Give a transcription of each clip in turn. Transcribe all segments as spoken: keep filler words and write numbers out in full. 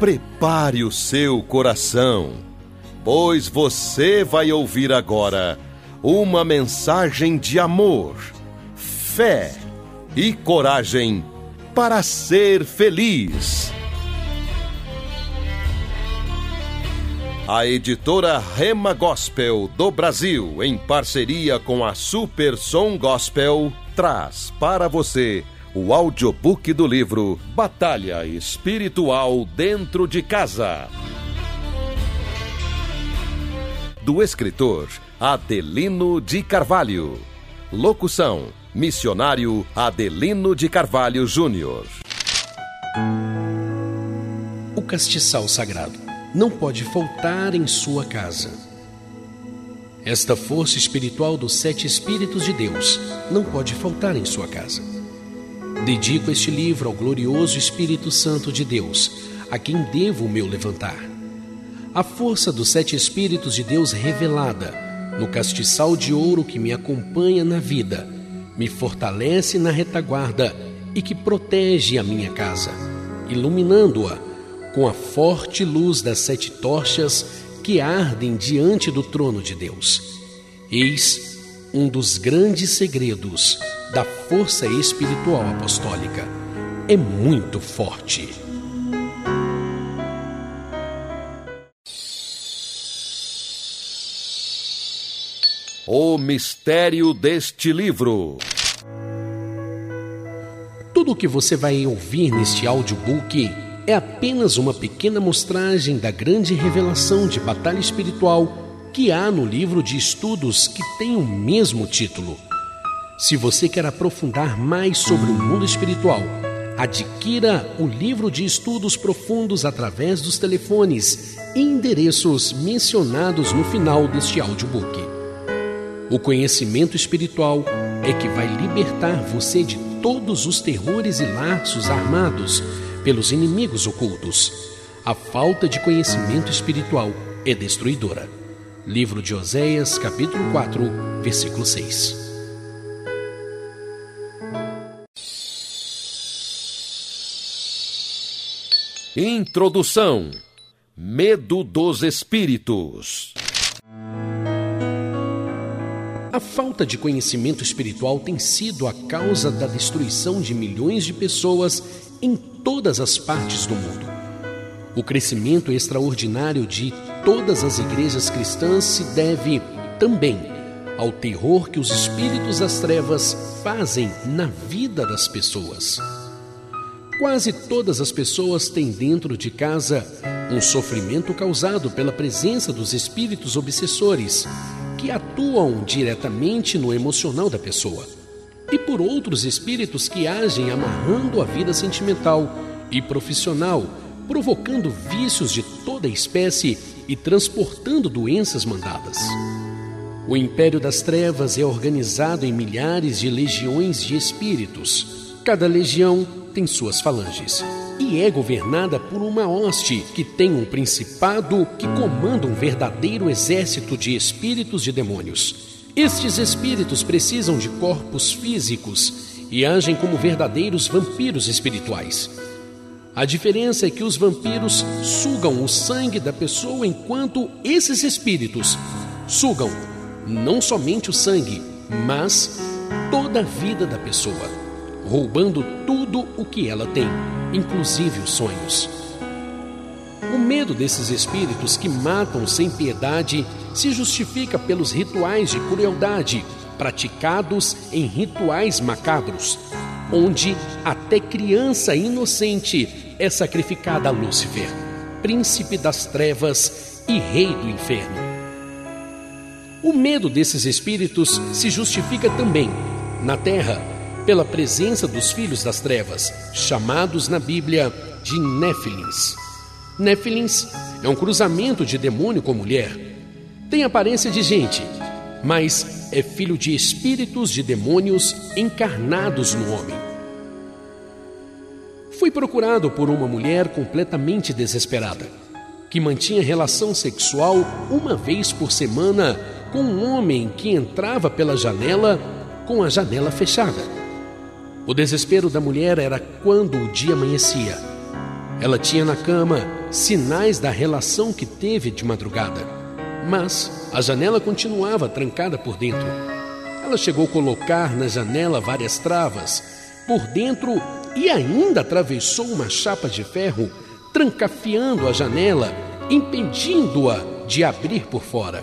prepare o seu coração, pois você vai ouvir agora uma mensagem de amor, fé e coragem para ser feliz. A editora Rema Gospel do Brasil, em parceria com a Super Som Gospel, traz para você o audiobook do livro Batalha Espiritual Dentro de Casa, do escritor Adelino de Carvalho. Locução: missionário Adelino de Carvalho Júnior. O castiçal sagrado não pode faltar em sua casa. Esta força espiritual dos sete Espíritos de Deus não pode faltar em sua casa. Dedico este livro ao glorioso Espírito Santo de Deus, a quem devo o meu levantar. A força dos sete Espíritos de Deus revelada no castiçal de ouro que me acompanha na vida, me fortalece na retaguarda e que protege a minha casa, iluminando-a com a forte luz das sete tochas que ardem diante do trono de Deus. Eis um dos grandes segredos da força espiritual apostólica. É muito forte. O mistério deste livro. Tudo o que você vai ouvir neste audiobook é apenas uma pequena mostragem da grande revelação de batalha espiritual que há no livro de estudos que tem o mesmo título. Se você quer aprofundar mais sobre o mundo espiritual, adquira o livro de estudos profundos através dos telefones e endereços mencionados no final deste audiobook. O conhecimento espiritual é que vai libertar você de todos os terrores e laços armados pelos inimigos ocultos. A falta de conhecimento espiritual é destruidora. Livro de Oséias, capítulo quatro, versículo seis. Introdução: Medo dos Espíritos. A falta de conhecimento espiritual tem sido a causa da destruição de milhões de pessoas em todas as partes do mundo. O crescimento extraordinário de todas as igrejas cristãs se deve também ao terror que os espíritos das trevas fazem na vida das pessoas. Quase todas as pessoas têm dentro de casa um sofrimento causado pela presença dos espíritos obsessores, que atuam diretamente no emocional da pessoa, e por outros espíritos que agem amarrando a vida sentimental e profissional, provocando vícios de toda espécie e transportando doenças mandadas. O império das trevas é organizado em milhares de legiões de espíritos. Cada legião tem suas falanges e é governada por uma hoste que tem um principado que comanda um verdadeiro exército de espíritos de demônios. Estes espíritos precisam de corpos físicos e agem como verdadeiros vampiros espirituais. A diferença é que os vampiros sugam o sangue da pessoa, enquanto esses espíritos sugam não somente o sangue, mas toda a vida da pessoa, roubando tudo o que ela tem, inclusive os sonhos. O medo desses espíritos que matam sem piedade se justifica pelos rituais de crueldade praticados em rituais macabros, onde até criança inocente é sacrificada a Lúcifer, príncipe das trevas e rei do inferno. O medo desses espíritos se justifica também, na terra, pela presença dos filhos das trevas, chamados na Bíblia de Néfilins. Néfilins é um cruzamento de demônio com mulher. Tem aparência de gente, mas é filho de espíritos de demônios encarnados no homem. Fui procurado por uma mulher completamente desesperada, que mantinha relação sexual uma vez por semana com um homem que entrava pela janela com a janela fechada. O desespero da mulher era quando o dia amanhecia. Ela tinha na cama sinais da relação que teve de madrugada, mas a janela continuava trancada por dentro. Ela chegou a colocar na janela várias travas por dentro e ainda atravessou uma chapa de ferro, trancafiando a janela, impedindo-a de abrir por fora.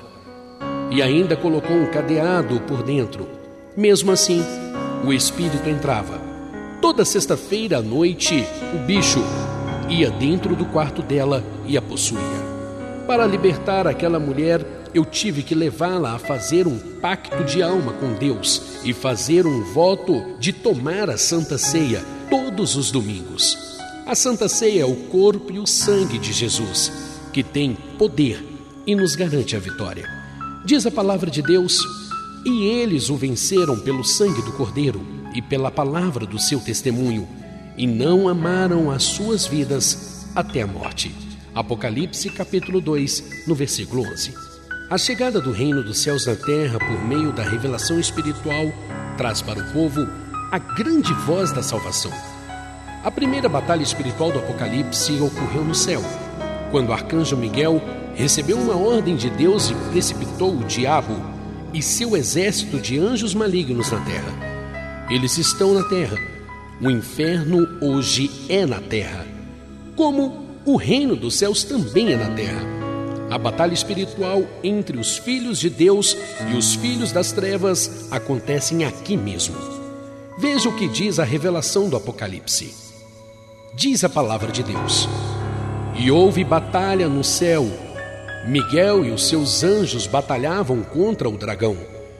E ainda colocou um cadeado por dentro. Mesmo assim, o espírito entrava. Toda sexta-feira à noite, o bicho ia dentro do quarto dela e a possuía. Para libertar aquela mulher, eu tive que levá-la a fazer um pacto de alma com Deus e fazer um voto de tomar a Santa Ceia todos os domingos. A Santa Ceia é o corpo e o sangue de Jesus, que tem poder e nos garante a vitória. Diz a palavra de Deus: e eles o venceram pelo sangue do Cordeiro e pela palavra do seu testemunho, e não amaram as suas vidas até a morte. Apocalipse capítulo dois, no versículo onze. A chegada do reino dos céus na terra por meio da revelação espiritual traz para o povo a grande voz da salvação. A primeira batalha espiritual do Apocalipse ocorreu no céu, quando o arcanjo Miguel recebeu uma ordem de Deus e precipitou o diabo e seu exército de anjos malignos na terra. Eles estão na terra. O inferno hoje é na terra, como o reino dos céus também é na terra. A batalha espiritual entre os filhos de Deus e os filhos das trevas acontecem aqui mesmo. Veja o que diz a revelação do Apocalipse. Diz a palavra de Deus: e houve batalha no céu. Miguel e os seus anjos batalhavam contra o dragão.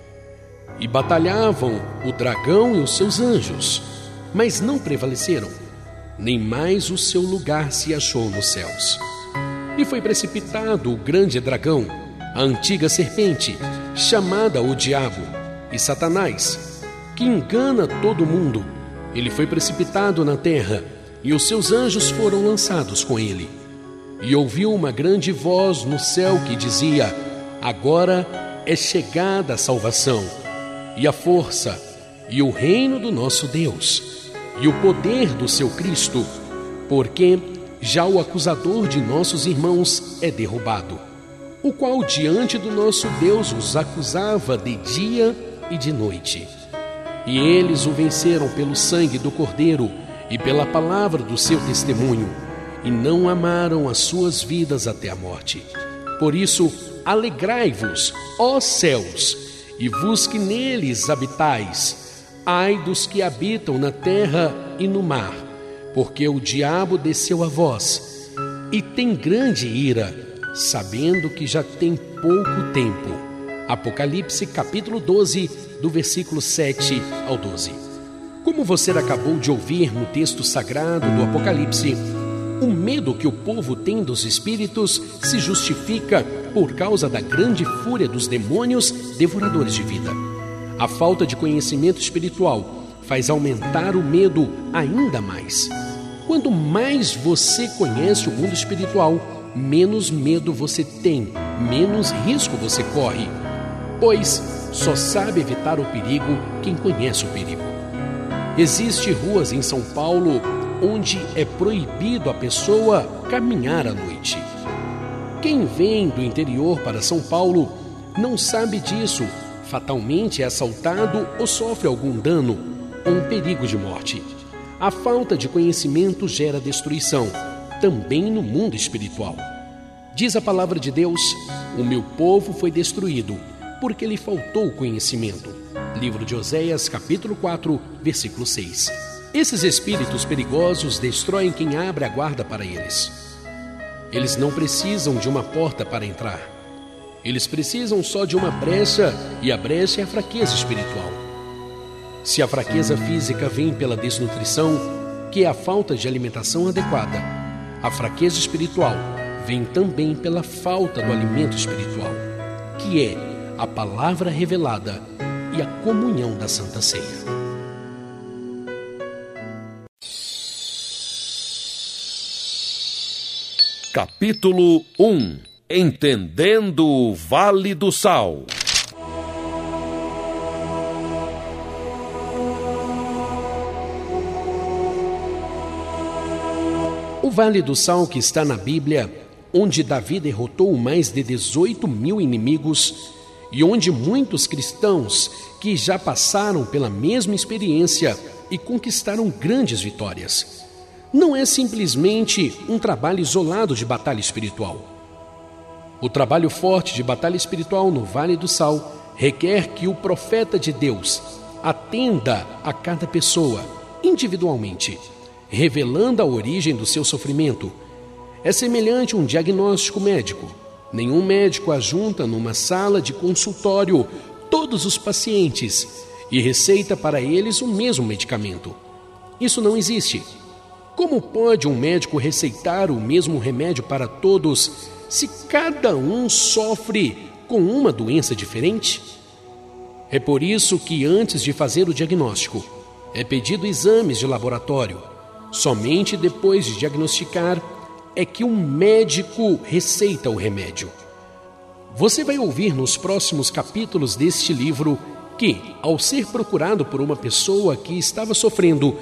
E batalhavam o dragão e os seus anjos, mas não prevaleceram, nem mais o seu lugar se achou nos céus. E foi precipitado o grande dragão, a antiga serpente, chamada o Diabo e Satanás, que engana todo mundo. Ele foi precipitado na terra, e os seus anjos foram lançados com ele. E ouviu uma grande voz no céu que dizia: agora é chegada a salvação, e a força, e o reino do nosso Deus, e o poder do seu Cristo, porque já o acusador de nossos irmãos é derrubado, o qual diante do nosso Deus os acusava de dia e de noite. E eles o venceram pelo sangue do Cordeiro e pela palavra do seu testemunho, e não amaram as suas vidas até a morte. Por isso, alegrai-vos, ó céus, e vos que neles habitais. Ai dos que habitam na terra e no mar, porque o diabo desceu a vós, e tem grande ira, sabendo que já tem pouco tempo. Apocalipse capítulo doze, do versículo sete ao doze. Como você acabou de ouvir no texto sagrado do Apocalipse, o medo que o povo tem dos espíritos se justifica por causa da grande fúria dos demônios devoradores de vida. A falta de conhecimento espiritual faz aumentar o medo ainda mais. Quanto mais você conhece o mundo espiritual, menos medo você tem, menos risco você corre, pois só sabe evitar o perigo quem conhece o perigo. Existem ruas em São Paulo onde é proibido a pessoa caminhar à noite. Quem vem do interior para São Paulo não sabe disso, fatalmente é assaltado ou sofre algum dano ou um perigo de morte. A falta de conhecimento gera destruição, também no mundo espiritual. Diz a palavra de Deus: o meu povo foi destruído, porque lhe faltou conhecimento. Livro de Oséias, capítulo quatro, versículo seis. Esses espíritos perigosos destroem quem abre a guarda para eles. Eles não precisam de uma porta para entrar. Eles precisam só de uma brecha, e a brecha é a fraqueza espiritual. Se a fraqueza física vem pela desnutrição, que é a falta de alimentação adequada, a fraqueza espiritual vem também pela falta do alimento espiritual, que é a palavra revelada e a comunhão da Santa Ceia. Capítulo um. Entendendo o Vale do Sal. O Vale do Sal, que está na Bíblia, onde Davi derrotou mais de dezoito mil inimigos e onde muitos cristãos que já passaram pela mesma experiência e conquistaram grandes vitórias. Não é simplesmente um trabalho isolado de batalha espiritual. O trabalho forte de batalha espiritual no Vale do Sal requer que o profeta de Deus atenda a cada pessoa individualmente, revelando a origem do seu sofrimento. É semelhante a um diagnóstico médico. Nenhum médico ajunta numa sala de consultório todos os pacientes e receita para eles o mesmo medicamento. Isso não existe. Como pode um médico receitar o mesmo remédio para todos se cada um sofre com uma doença diferente? É por isso que antes de fazer o diagnóstico, é pedido exames de laboratório. Somente depois de diagnosticar é que um médico receita o remédio. Você vai ouvir nos próximos capítulos deste livro que, ao ser procurado por uma pessoa que estava sofrendo,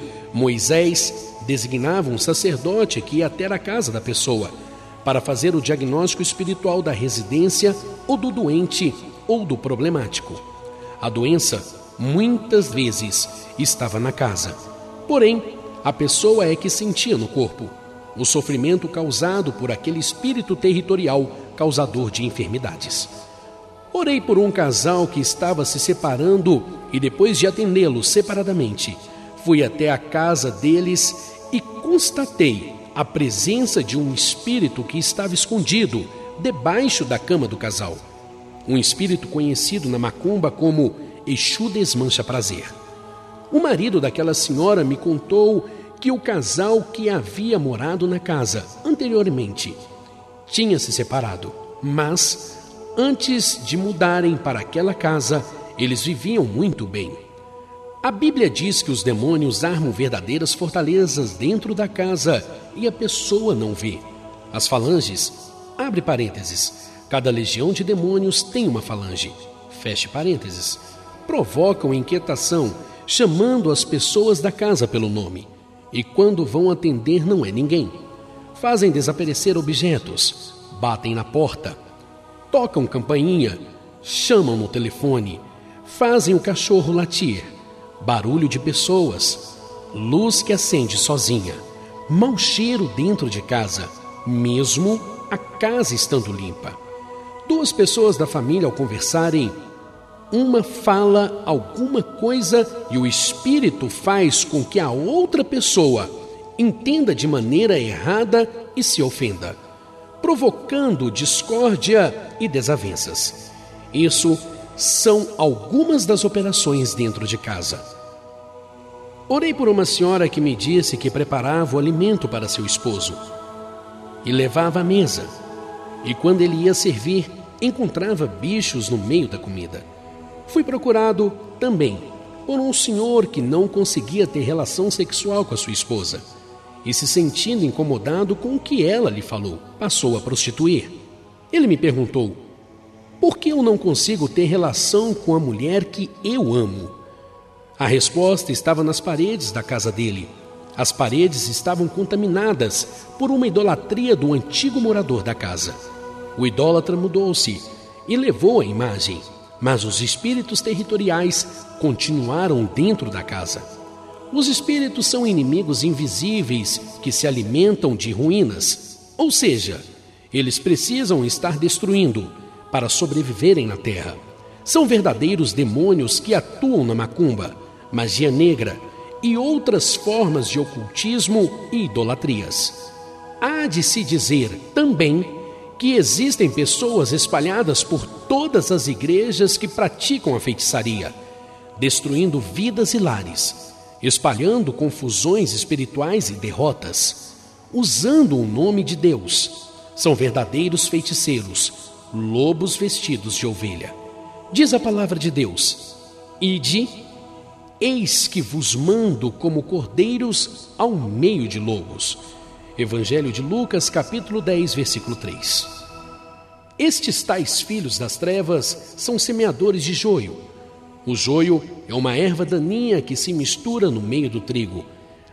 Moisés designava um sacerdote que ia até a casa da pessoa para fazer o diagnóstico espiritual da residência ou do doente ou do problemático. A doença, muitas vezes, estava na casa. Porém, a pessoa é que sentia no corpo o sofrimento causado por aquele espírito territorial causador de enfermidades. Orei por um casal que estava se separando e depois de atendê-los separadamente, fui até a casa deles e constatei a presença de um espírito que estava escondido debaixo da cama do casal. Um espírito conhecido na macumba como Exu Desmancha Prazer. O marido daquela senhora me contou que o casal que havia morado na casa anteriormente tinha se separado, mas antes de mudarem para aquela casa, eles viviam muito bem. A Bíblia diz que os demônios armam verdadeiras fortalezas dentro da casa e a pessoa não vê. As falanges, abre parênteses, cada legião de demônios tem uma falange, feche parênteses, provocam inquietação, chamando as pessoas da casa pelo nome. E quando vão atender não é ninguém. Fazem desaparecer objetos, batem na porta, tocam campainha, chamam no telefone, fazem o cachorro latir, barulho de pessoas, luz que acende sozinha, mau cheiro dentro de casa, mesmo a casa estando limpa. Duas pessoas da família ao conversarem, uma fala alguma coisa e o espírito faz com que a outra pessoa entenda de maneira errada e se ofenda, provocando discórdia e desavenças. Isso são algumas das operações dentro de casa. Orei por uma senhora que me disse que preparava o alimento para seu esposo e levava à mesa, e quando ele ia servir, encontrava bichos no meio da comida. Fui procurado também por um senhor que não conseguia ter relação sexual com a sua esposa e, se sentindo incomodado com o que ela lhe falou, passou a prostituir. Ele me perguntou: por que eu não consigo ter relação com a mulher que eu amo? A resposta estava nas paredes da casa dele. As paredes estavam contaminadas por uma idolatria do antigo morador da casa. O idólatra mudou-se e levou a imagem, mas os espíritos territoriais continuaram dentro da casa. Os espíritos são inimigos invisíveis que se alimentam de ruínas, ou seja, eles precisam estar destruindo para sobreviverem na terra. São verdadeiros demônios que atuam na macumba, magia negra e outras formas de ocultismo e idolatrias. Há de se dizer também que existem pessoas espalhadas por todas as igrejas que praticam a feitiçaria, destruindo vidas e lares, espalhando confusões espirituais e derrotas, usando o nome de Deus. São verdadeiros feiticeiros, lobos vestidos de ovelha. Diz a palavra de Deus: Ide, eis que vos mando como cordeiros ao meio de lobos. Evangelho de Lucas, capítulo dez, versículo três. Estes tais filhos das trevas são semeadores de joio. O joio é uma erva daninha que se mistura no meio do trigo.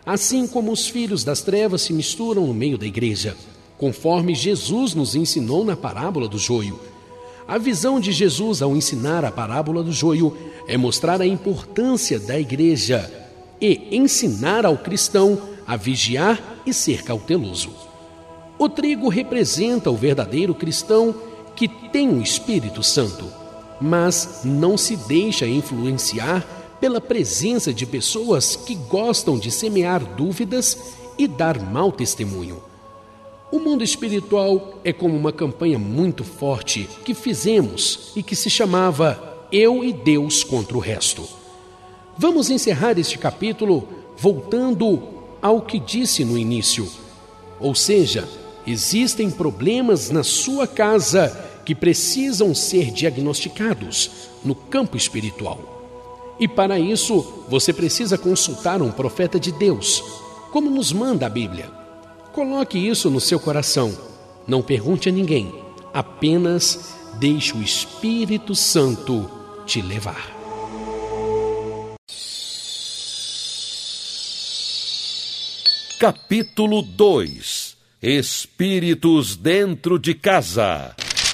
assim como os filhos das trevas se misturam no meio da igreja, conforme Jesus nos ensinou na parábola do joio. A visão de Jesus ao ensinar a parábola do joio é mostrar a importância da igreja e ensinar ao cristão a vigiar e ser cauteloso. O trigo representa o verdadeiro cristão que tem o Espírito Santo, mas não se deixa influenciar pela presença de pessoas que gostam de semear dúvidas e dar mau testemunho. O mundo espiritual é como uma campanha muito forte que fizemos e que se chamava Eu e Deus contra o Resto. Vamos encerrar este capítulo voltando ao que disse no início. Ou seja, existem problemas na sua casa que precisam ser diagnosticados no campo espiritual. E para isso, você precisa consultar um profeta de Deus, como nos manda a Bíblia. Coloque isso no seu coração. Não pergunte a ninguém. Apenas deixe o Espírito Santo te levar. Capítulo dois. Espíritos dentro de casa.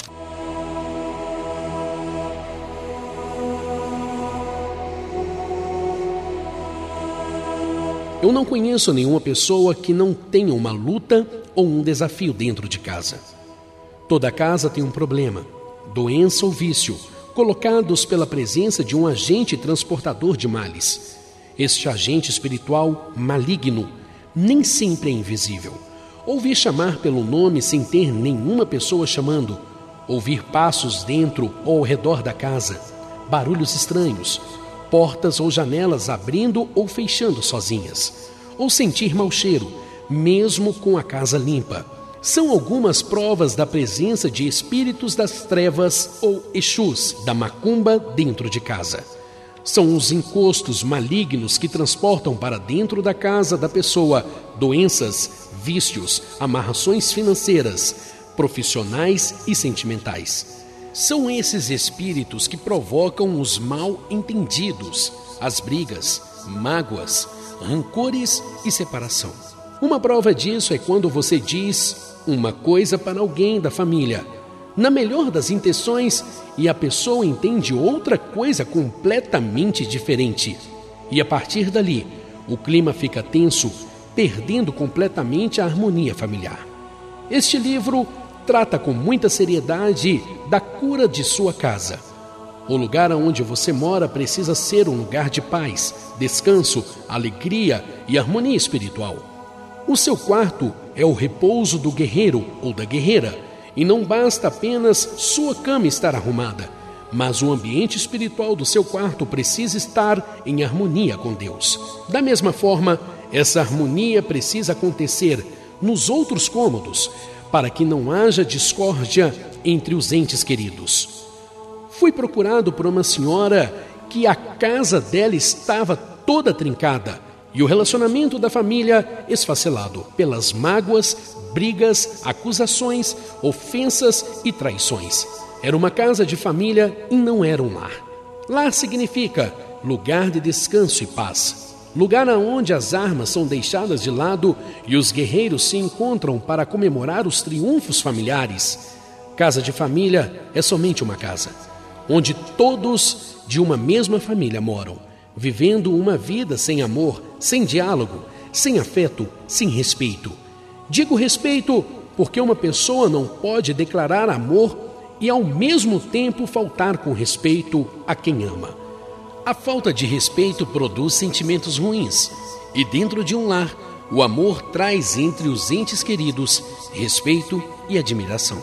Eu não conheço nenhuma pessoa que não tenha uma luta ou um desafio dentro de casa. Toda casa tem um problema, doença ou vício, colocados pela presença de um agente transportador de males. Este agente espiritual maligno nem sempre é invisível. Ouvir chamar pelo nome sem ter nenhuma pessoa chamando, ouvir passos dentro ou ao redor da casa, barulhos estranhos, portas ou janelas abrindo ou fechando sozinhas, ou sentir mau cheiro, mesmo com a casa limpa. São algumas provas da presença de espíritos das trevas ou exus da macumba dentro de casa. São os encostos malignos que transportam para dentro da casa da pessoa doenças, vícios, amarrações financeiras, profissionais e sentimentais. São esses espíritos que provocam os mal-entendidos, as brigas, mágoas, rancores e separação. Uma prova disso é quando você diz uma coisa para alguém da família, na melhor das intenções, e a pessoa entende outra coisa completamente diferente. E a partir dali, o clima fica tenso, perdendo completamente a harmonia familiar. Este livro trata com muita seriedade da cura de sua casa. O lugar onde você mora precisa ser um lugar de paz, descanso, alegria e harmonia espiritual. O seu quarto é o repouso do guerreiro ou da guerreira, e não basta apenas sua cama estar arrumada, mas o ambiente espiritual do seu quarto precisa estar em harmonia com Deus. Da mesma forma, essa harmonia precisa acontecer nos outros cômodos, para que não haja discórdia entre os entes queridos. Fui procurado por uma senhora que a casa dela estava toda trincada e o relacionamento da família esfacelado pelas mágoas, brigas, acusações, ofensas e traições. Era uma casa de família e não era um lar. Lar significa lugar de descanso e paz. Lugar onde as armas são deixadas de lado e os guerreiros se encontram para comemorar os triunfos familiares. Casa de família é somente uma casa, onde todos de uma mesma família moram, vivendo uma vida sem amor, sem diálogo, sem afeto, sem respeito. Digo respeito porque uma pessoa não pode declarar amor e ao mesmo tempo faltar com respeito a quem ama. A falta de respeito produz sentimentos ruins, e dentro de um lar, o amor traz entre os entes queridos respeito e admiração.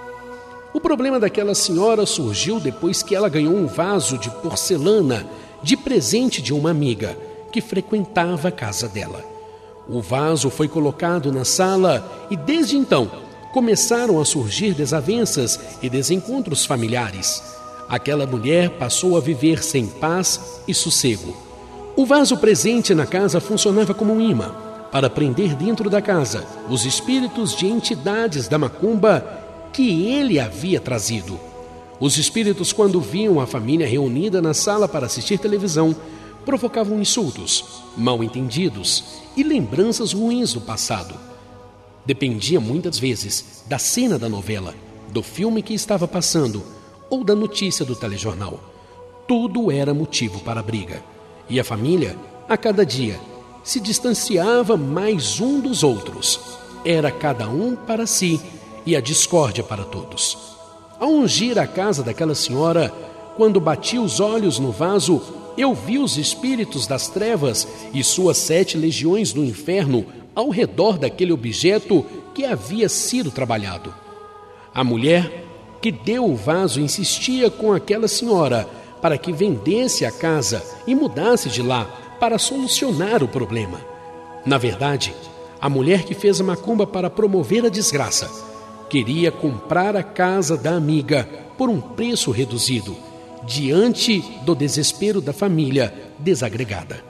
O problema daquela senhora surgiu depois que ela ganhou um vaso de porcelana de presente de uma amiga que frequentava a casa dela. O vaso foi colocado na sala e desde então começaram a surgir desavenças e desencontros familiares. Aquela mulher passou a viver sem paz e sossego. O vaso presente na casa funcionava como um imã para prender dentro da casa os espíritos de entidades da macumba que ele havia trazido. Os espíritos, quando viam a família reunida na sala para assistir televisão, provocavam insultos, mal-entendidos e lembranças ruins do passado. Dependia muitas vezes da cena da novela, do filme que estava passando ou da notícia do telejornal. Tudo era motivo para a briga. E a família, a cada dia, se distanciava mais um dos outros. Era cada um para si e a discórdia para todos. Ao ungir a casa daquela senhora, quando bati os olhos no vaso, eu vi os espíritos das trevas e suas sete legiões do inferno ao redor daquele objeto que havia sido trabalhado. A mulher que deu o vaso insistia com aquela senhora para que vendesse a casa e mudasse de lá para solucionar o problema. Na verdade, a mulher que fez a macumba para promover a desgraça queria comprar a casa da amiga por um preço reduzido, diante do desespero da família desagregada.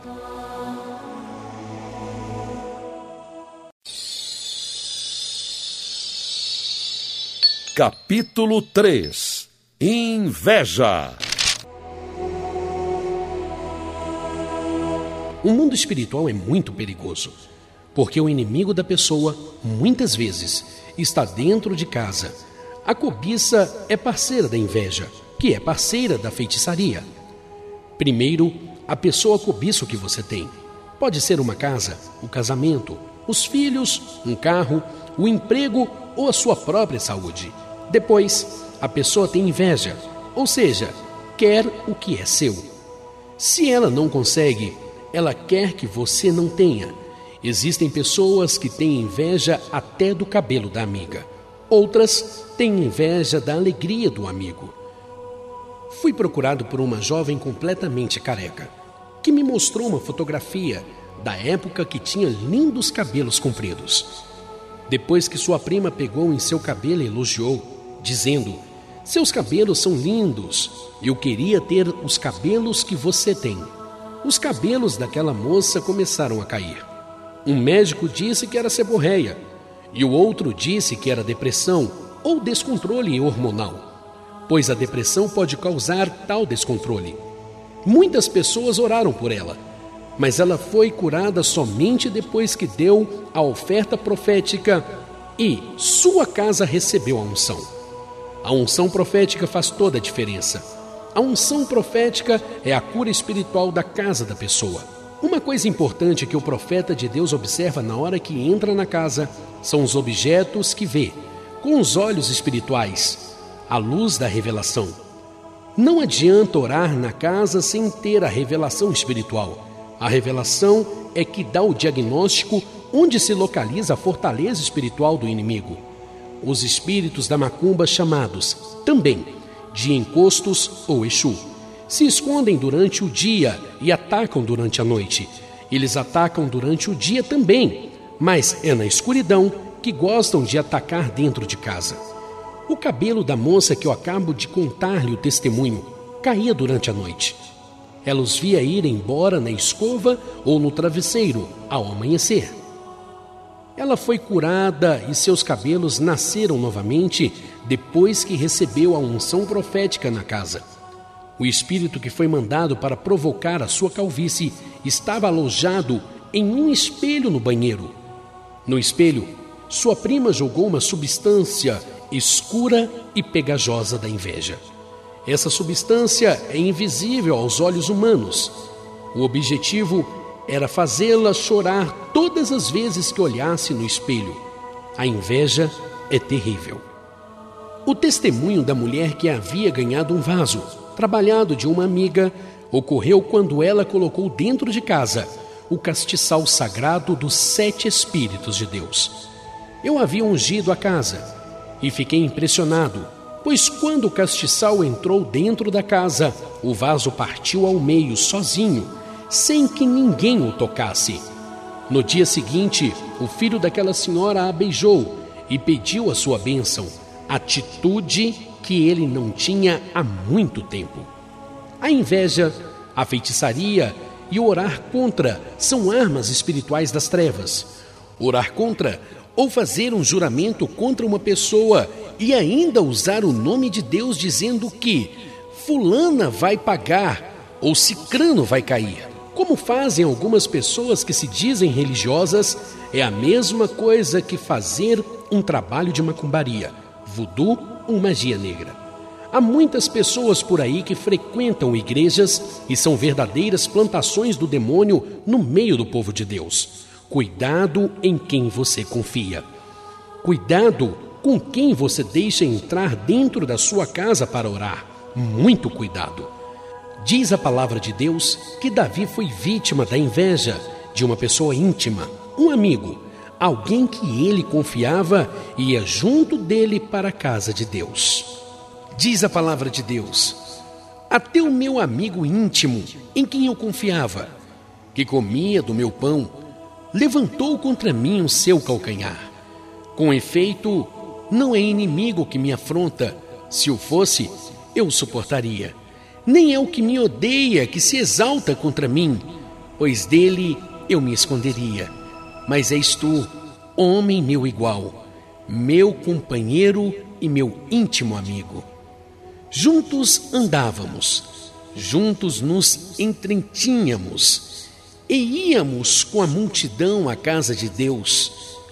Capítulo três. Inveja. O mundo espiritual é muito perigoso, porque o inimigo da pessoa, muitas vezes, está dentro de casa. A cobiça é parceira da inveja, que é parceira da feitiçaria. Primeiro, a pessoa cobiça o que você tem. Pode ser uma casa, o casamento, os filhos, um carro, o emprego ou a sua própria saúde. Depois, a pessoa tem inveja, ou seja, quer o que é seu. Se ela não consegue, ela quer que você não tenha. Existem pessoas que têm inveja até do cabelo da amiga. Outras têm inveja da alegria do amigo. Fui procurado por uma jovem completamente careca, que me mostrou uma fotografia da época que tinha lindos cabelos compridos. Depois que sua prima pegou em seu cabelo e elogiou, dizendo: seus cabelos são lindos, eu queria ter os cabelos que você tem. Os cabelos daquela moça começaram a cair. Um médico disse que era seborreia, e o outro disse que era depressão ou descontrole hormonal, pois a depressão pode causar tal descontrole. Muitas pessoas oraram por ela, mas ela foi curada somente depois que deu a oferta profética e sua casa recebeu a unção. A unção profética faz toda a diferença. A unção profética é a cura espiritual da casa da pessoa. Uma coisa importante que o profeta de Deus observa na hora que entra na casa são os objetos que vê, com os olhos espirituais, à luz da revelação. Não adianta orar na casa sem ter a revelação espiritual. A revelação é que dá o diagnóstico onde se localiza a fortaleza espiritual do inimigo. Os espíritos da macumba, chamados também de encostos ou Exu, se escondem durante o dia e atacam durante a noite. Eles atacam durante o dia também, mas é na escuridão que gostam de atacar dentro de casa. O cabelo da moça que eu acabo de contar-lhe o testemunho caía durante a noite. Ela os via ir embora na escova ou no travesseiro ao amanhecer. Ela foi curada e seus cabelos nasceram novamente depois que recebeu a unção profética na casa. O espírito que foi mandado para provocar a sua calvície estava alojado em um espelho no banheiro. No espelho, sua prima jogou uma substância escura e pegajosa da inveja. Essa substância é invisível aos olhos humanos. O objetivo era fazê-la chorar todas as vezes que olhasse no espelho. A inveja é terrível. O testemunho da mulher que havia ganhado um vaso, trabalhado de uma amiga, ocorreu quando ela colocou dentro de casa o castiçal sagrado dos sete Espíritos de Deus. Eu havia ungido a casa e fiquei impressionado, pois quando o castiçal entrou dentro da casa, o vaso partiu ao meio sozinho, sem que ninguém o tocasse. No dia seguinte, o filho daquela senhora a beijou e pediu a sua bênção, atitude que ele não tinha há muito tempo. A inveja, a feitiçaria e o orar contra são armas espirituais das trevas. Orar contra ou fazer um juramento contra uma pessoa e ainda usar o nome de Deus dizendo que fulana vai pagar ou cicrano vai cair. Como fazem algumas pessoas que se dizem religiosas, é a mesma coisa que fazer um trabalho de macumbaria, voodoo ou magia negra. Há muitas pessoas por aí que frequentam igrejas e são verdadeiras plantações do demônio no meio do povo de Deus. Cuidado em quem você confia. Cuidado com quem você deixa entrar dentro da sua casa para orar. Muito cuidado. Diz a palavra de Deus que Davi foi vítima da inveja de uma pessoa íntima, um amigo, alguém que ele confiava e ia junto dele para a casa de Deus. Diz a palavra de Deus: até o meu amigo íntimo, em quem eu confiava, que comia do meu pão, levantou contra mim o seu calcanhar. Com efeito, não é inimigo que me afronta, se o fosse, eu o suportaria. Nem é o que me odeia que se exalta contra mim, pois dele eu me esconderia. Mas és tu, homem meu igual, meu companheiro e meu íntimo amigo. Juntos andávamos, juntos nos entretínhamos, e íamos com a multidão à casa de Deus.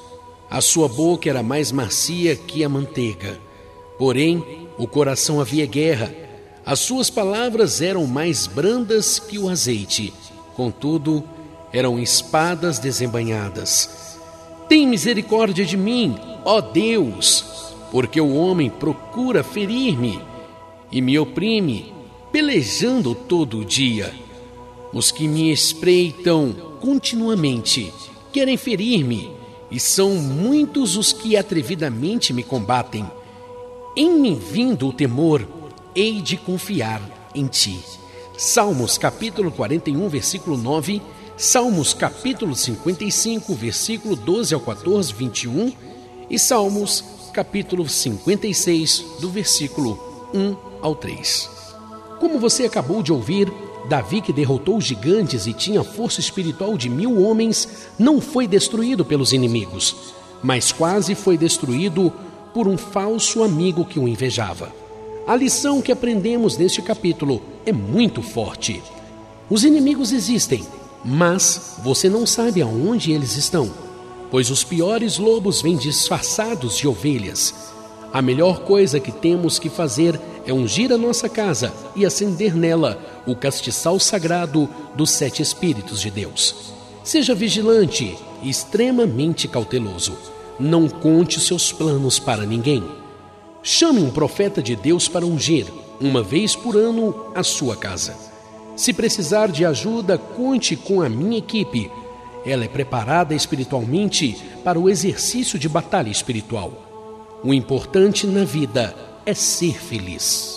A sua boca era mais macia que a manteiga, porém o coração havia guerra. As suas palavras eram mais brandas que o azeite, contudo, eram espadas desembainhadas. Tem misericórdia de mim, ó Deus, porque o homem procura ferir-me e me oprime, pelejando todo o dia. Os que me espreitam continuamente querem ferir-me, e são muitos os que atrevidamente me combatem. Em mim vindo o temor, hei de confiar em ti. Salmos capítulo quarenta e um, versículo nove, Salmos capítulo cinquenta e cinco, versículo doze ao quatorze, vinte e um, e Salmos capítulo cinquenta e seis, do versículo um ao três. Como você acabou de ouvir, Davi, que derrotou os gigantes e tinha força espiritual de mil homens, não foi destruído pelos inimigos, mas quase foi destruído por um falso amigo que o invejava. A lição que aprendemos neste capítulo é muito forte. Os inimigos existem, mas você não sabe aonde eles estão, pois os piores lobos vêm disfarçados de ovelhas. A melhor coisa que temos que fazer é ungir a nossa casa e acender nela o castiçal sagrado dos sete Espíritos de Deus. Seja vigilante e extremamente cauteloso. Não conte seus planos para ninguém. Chame um profeta de Deus para ungir, uma vez por ano, a sua casa. Se precisar de ajuda, conte com a minha equipe. Ela é preparada espiritualmente para o exercício de batalha espiritual. O importante na vida é ser feliz.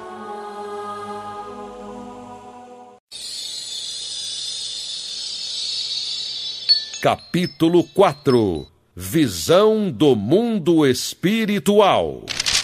Capítulo quatro. Visão do mundo espiritual.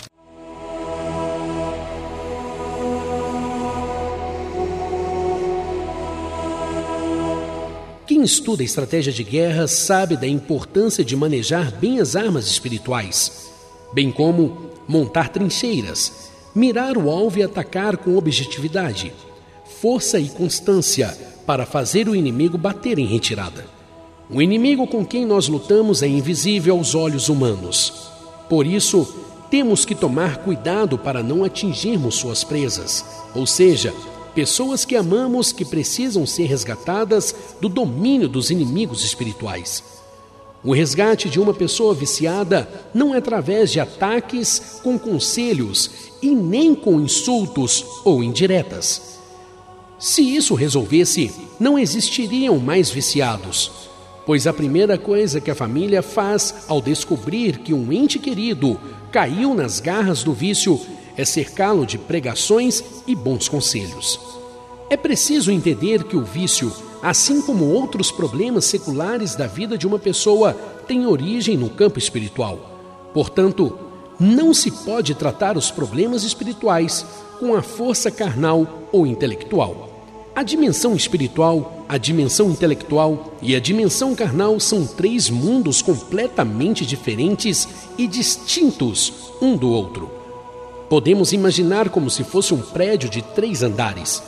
Quem estuda estratégia de guerra sabe da importância de manejar bem as armas espirituais, bem como montar trincheiras, mirar o alvo e atacar com objetividade, força e constância para fazer o inimigo bater em retirada. O inimigo com quem nós lutamos é invisível aos olhos humanos. Por isso, temos que tomar cuidado para não atingirmos suas presas, ou seja, pessoas que amamos que precisam ser resgatadas do domínio dos inimigos espirituais. O resgate de uma pessoa viciada não é através de ataques com conselhos e nem com insultos ou indiretas. Se isso resolvesse, não existiriam mais viciados, pois a primeira coisa que a família faz ao descobrir que um ente querido caiu nas garras do vício é cercá-lo de pregações e bons conselhos. É preciso entender que o vício, assim como outros problemas seculares da vida de uma pessoa, tem origem no campo espiritual. Portanto, não se pode tratar os problemas espirituais com a força carnal ou intelectual. A dimensão espiritual, a dimensão intelectual e a dimensão carnal são três mundos completamente diferentes e distintos um do outro. Podemos imaginar como se fosse um prédio de três andares.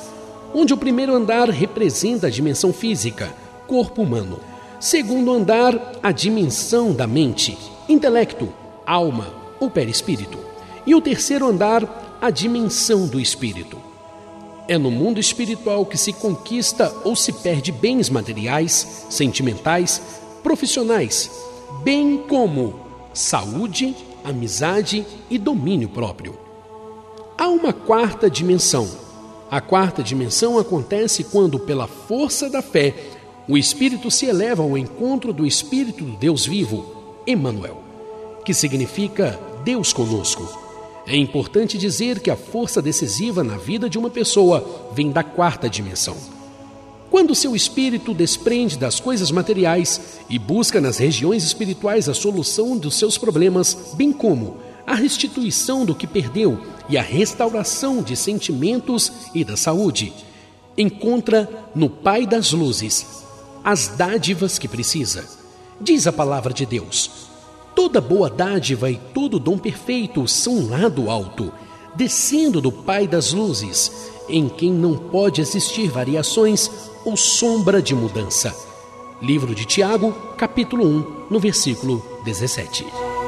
onde o primeiro andar representa a dimensão física, corpo humano. Segundo andar, a dimensão da mente, intelecto, alma ou perispírito. E o terceiro andar, a dimensão do espírito. É no mundo espiritual que se conquista ou se perde bens materiais, sentimentais, profissionais, bem como saúde, amizade e domínio próprio. Há uma quarta dimensão. A quarta dimensão acontece quando, pela força da fé, o espírito se eleva ao encontro do Espírito do Deus vivo, Emmanuel, que significa Deus conosco. É importante dizer que a força decisiva na vida de uma pessoa vem da quarta dimensão. Quando seu espírito desprende das coisas materiais e busca nas regiões espirituais a solução dos seus problemas, bem como a restituição do que perdeu e a restauração de sentimentos e da saúde, encontra no Pai das Luzes as dádivas que precisa. Diz a palavra de Deus: toda boa dádiva e todo dom perfeito são lá do alto, descendo do Pai das Luzes, em quem não pode existir variações ou sombra de mudança. Livro de Tiago, capítulo um, no versículo dezessete.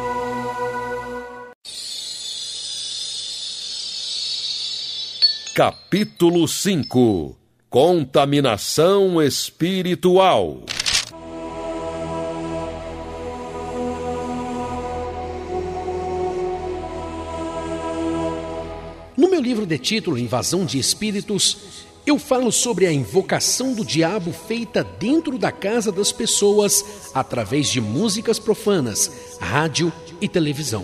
Capítulo cinco. Contaminação espiritual. No meu livro de título Invasão de Espíritos, eu falo sobre a invocação do diabo feita dentro da casa das pessoas através de músicas profanas, rádio e televisão.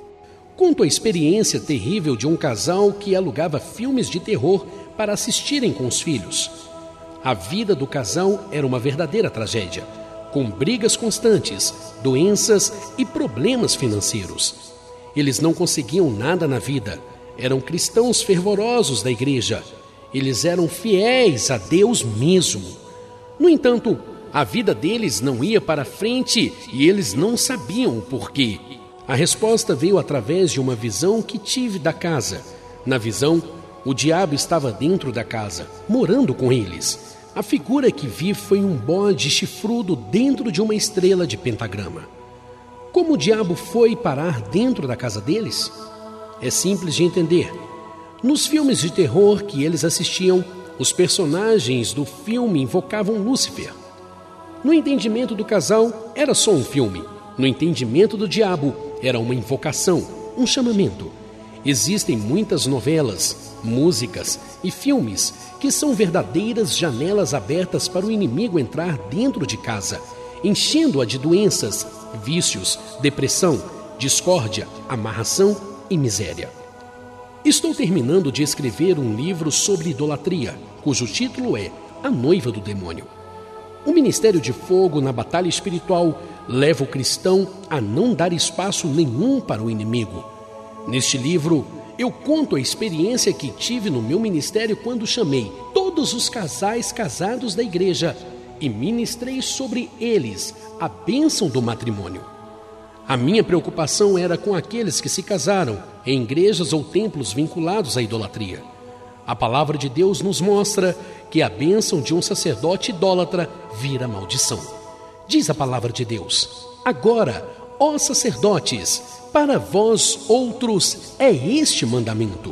Conto a experiência terrível de um casal que alugava filmes de terror para assistirem com os filhos. A vida do casal era uma verdadeira tragédia, com brigas constantes, doenças e problemas financeiros. Eles não conseguiam nada na vida. Eram cristãos fervorosos da igreja. Eles eram fiéis a Deus mesmo. No entanto, a vida deles não ia para frente e eles não sabiam o porquê. A resposta veio através de uma visão que tive da casa. Na visão, o diabo estava dentro da casa, morando com eles. A figura que vi foi um bode chifrudo dentro de uma estrela de pentagrama. Como o diabo foi parar dentro da casa deles? É simples de entender. Nos filmes de terror que eles assistiam, os personagens do filme invocavam Lúcifer. No entendimento do casal, era só um filme. No entendimento do diabo, era uma invocação, um chamamento. Existem muitas novelas, músicas e filmes que são verdadeiras janelas abertas para o inimigo entrar dentro de casa, enchendo-a de doenças, vícios, depressão, discórdia, amarração e miséria. Estou terminando de escrever um livro sobre idolatria, cujo título é A Noiva do Demônio. O ministério de fogo na batalha espiritual leva o cristão a não dar espaço nenhum para o inimigo. Neste livro, eu conto a experiência que tive no meu ministério quando chamei todos os casais casados da igreja e ministrei sobre eles a bênção do matrimônio. A minha preocupação era com aqueles que se casaram em igrejas ou templos vinculados à idolatria. A palavra de Deus nos mostra que a bênção de um sacerdote idólatra vira maldição. Diz a palavra de Deus: agora, ó sacerdotes, para vós outros é este mandamento.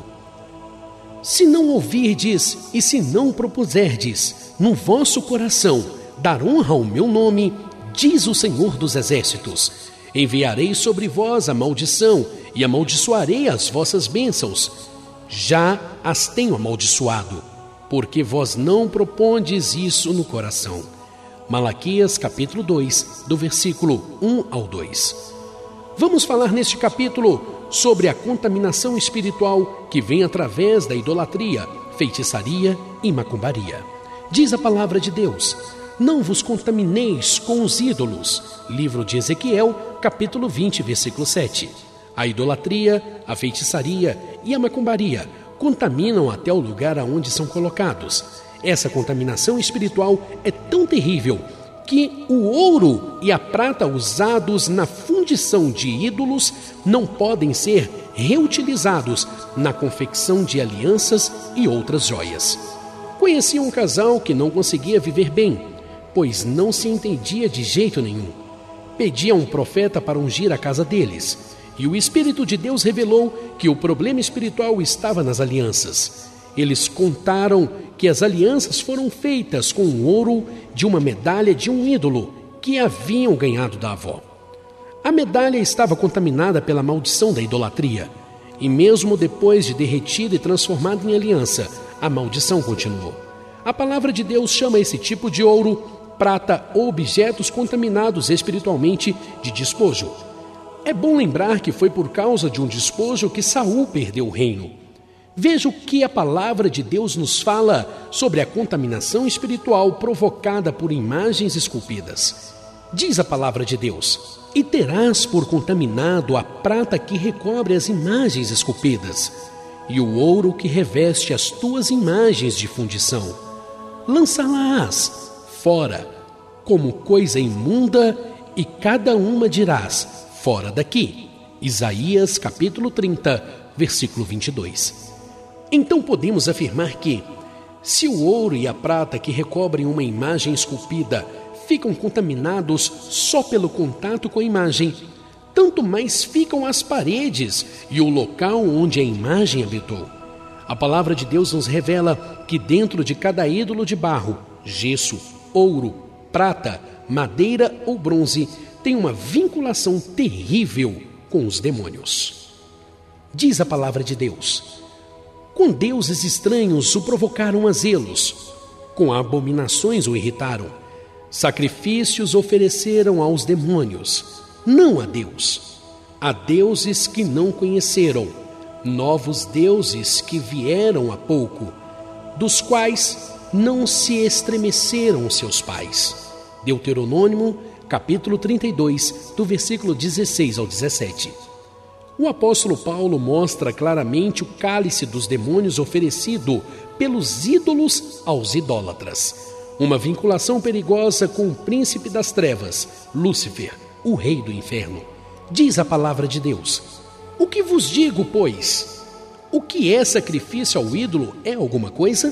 Se não ouvirdes e se não propuserdes no vosso coração dar honra ao meu nome, diz o Senhor dos Exércitos, enviarei sobre vós a maldição e amaldiçoarei as vossas bênçãos. Já as tenho amaldiçoado, porque vós não propondes isso no coração. Malaquias capítulo dois, do versículo um ao dois. Vamos falar neste capítulo sobre a contaminação espiritual que vem através da idolatria, feitiçaria e macumbaria. Diz a palavra de Deus: não vos contamineis com os ídolos. Livro de Ezequiel, capítulo vinte, versículo sete. A idolatria, a feitiçaria e a macumbaria contaminam até o lugar aonde são colocados. Essa contaminação espiritual é tão terrível que o ouro e a prata usados na fundição de ídolos não podem ser reutilizados na confecção de alianças e outras joias. Conhecia um casal que não conseguia viver bem, pois não se entendia de jeito nenhum. Pedia a um profeta para ungir a casa deles, e o Espírito de Deus revelou que o problema espiritual estava nas alianças. Eles contaram que as alianças foram feitas com o ouro de uma medalha de um ídolo que haviam ganhado da avó. A medalha estava contaminada pela maldição da idolatria, e mesmo depois de derretida e transformada em aliança, a maldição continuou. A palavra de Deus chama esse tipo de ouro, prata ou objetos contaminados espiritualmente de despojo. É bom lembrar que foi por causa de um despojo que Saul perdeu o reino. Veja o que a palavra de Deus nos fala sobre a contaminação espiritual provocada por imagens esculpidas. Diz a palavra de Deus: e terás por contaminado a prata que recobre as imagens esculpidas, e o ouro que reveste as tuas imagens de fundição. Lançá-las fora, como coisa imunda, e cada uma dirás: fora daqui. Isaías capítulo trinta, versículo vinte e dois. Então podemos afirmar que, se o ouro e a prata que recobrem uma imagem esculpida ficam contaminados só pelo contato com a imagem, tanto mais ficam as paredes e o local onde a imagem habitou. A palavra de Deus nos revela que dentro de cada ídolo de barro, gesso, ouro, prata, madeira ou bronze, tem uma vinculação terrível com os demônios. Diz a palavra de Deus: com deuses estranhos o provocaram a zelos, com abominações o irritaram. Sacrifícios ofereceram aos demônios, não a Deus. A deuses que não conheceram, novos deuses que vieram há pouco, dos quais não se estremeceram os seus pais. Deuteronômio, capítulo trinta e dois, do versículo dezesseis ao dezessete. O apóstolo Paulo mostra claramente o cálice dos demônios oferecido pelos ídolos aos idólatras. Uma vinculação perigosa com o príncipe das trevas, Lúcifer, o rei do inferno. Diz a palavra de Deus: o que vos digo, pois? O que é sacrifício ao ídolo é alguma coisa?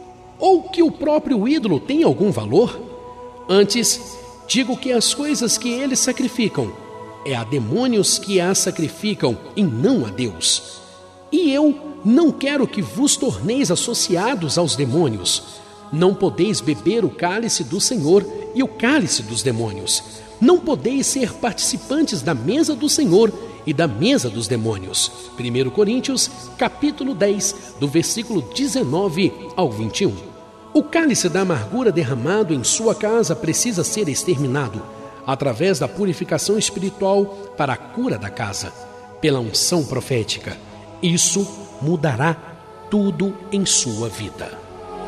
Ou que o próprio ídolo tem algum valor? Antes, digo que as coisas que eles sacrificam é a demônios que as sacrificam e não a Deus. E eu não quero que vos torneis associados aos demônios. Não podeis beber o cálice do Senhor e o cálice dos demônios. Não podeis ser participantes da mesa do Senhor e da mesa dos demônios. primeira Coríntios, capítulo dez, do versículo dezenove ao vinte e um. O cálice da amargura derramado em sua casa precisa ser exterminado através da purificação espiritual para a cura da casa, pela unção profética. Isso mudará tudo em sua vida.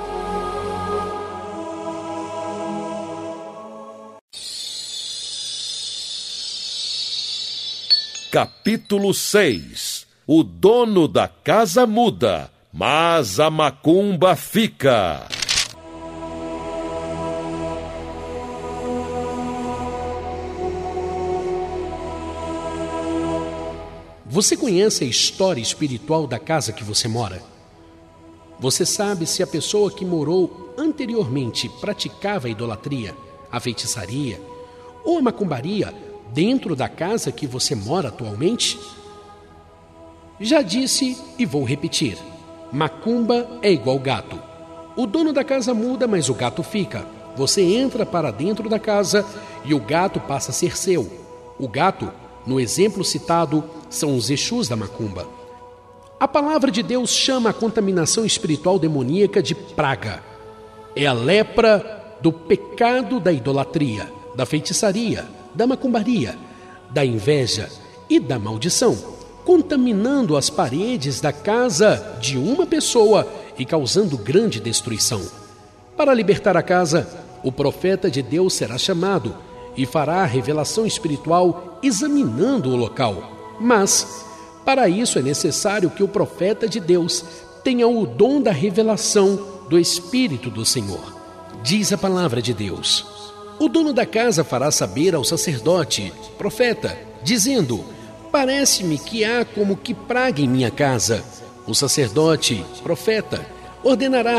Capítulo seis. O dono da casa muda, mas a macumba fica. Você conhece a história espiritual da casa que você mora? Você sabe se a pessoa que morou anteriormente praticava a idolatria, a feitiçaria ou a macumbaria dentro da casa que você mora atualmente? Já disse e vou repetir: macumba é igual gato. O dono da casa muda, mas o gato fica. Você entra para dentro da casa e o gato passa a ser seu. O gato, no exemplo citado, são os Exus da macumba. A palavra de Deus chama a contaminação espiritual demoníaca de praga. É a lepra do pecado da idolatria, da feitiçaria, da macumbaria, da inveja e da maldição, contaminando as paredes da casa de uma pessoa e causando grande destruição. Para libertar a casa, o profeta de Deus será chamado e fará a revelação espiritual examinando o local. Mas, para isso é necessário que o profeta de Deus tenha o dom da revelação do Espírito do Senhor. Diz a palavra de Deus: o dono da casa fará saber ao sacerdote, profeta, dizendo: parece-me que há como que praga em minha casa. O sacerdote, profeta, ordenará: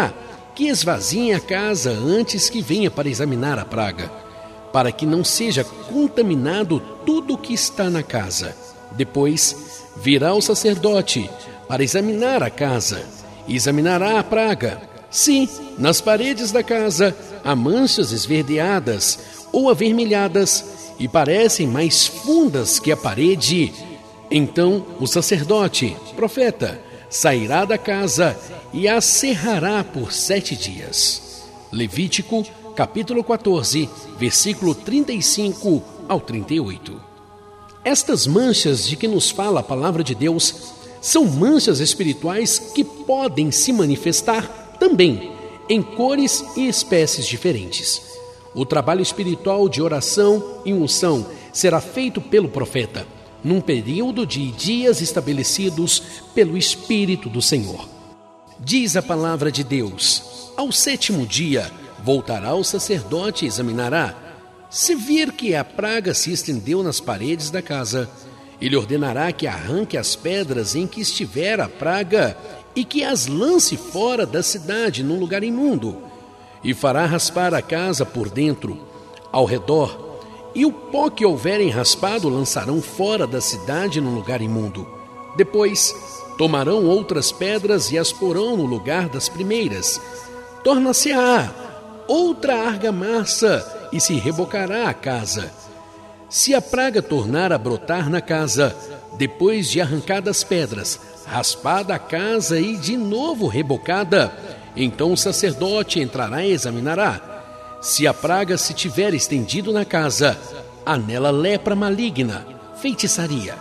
que esvaziem a casa antes que venha para examinar a praga, para que não seja contaminado tudo o que está na casa. Depois virá o sacerdote para examinar a casa e examinará a praga. Se nas paredes da casa há manchas esverdeadas ou avermelhadas e parecem mais fundas que a parede, então o sacerdote, profeta, sairá da casa e a cerrará por sete dias. Levítico, capítulo quatorze, versículo trinta e cinco ao trinta e oito. Estas manchas de que nos fala a palavra de Deus são manchas espirituais que podem se manifestar também em cores e espécies diferentes. O trabalho espiritual de oração e unção será feito pelo profeta, num período de dias estabelecidos pelo Espírito do Senhor. Diz a palavra de Deus: ao sétimo dia voltará o sacerdote e examinará. Se vir que a praga se estendeu nas paredes da casa, ele ordenará que arranque as pedras em que estiver a praga e que as lance fora da cidade num lugar imundo, e fará raspar a casa por dentro, ao redor, e o pó que houverem raspado lançarão fora da cidade num lugar imundo. Depois tomarão outras pedras e as porão no lugar das primeiras. Torna-se-á outra argamassa e se rebocará a casa. Se a praga tornar a brotar na casa, depois de arrancadas pedras, raspada a casa e de novo rebocada, então o sacerdote entrará e examinará. Se a praga se tiver estendido na casa, há nela lepra maligna, feitiçaria,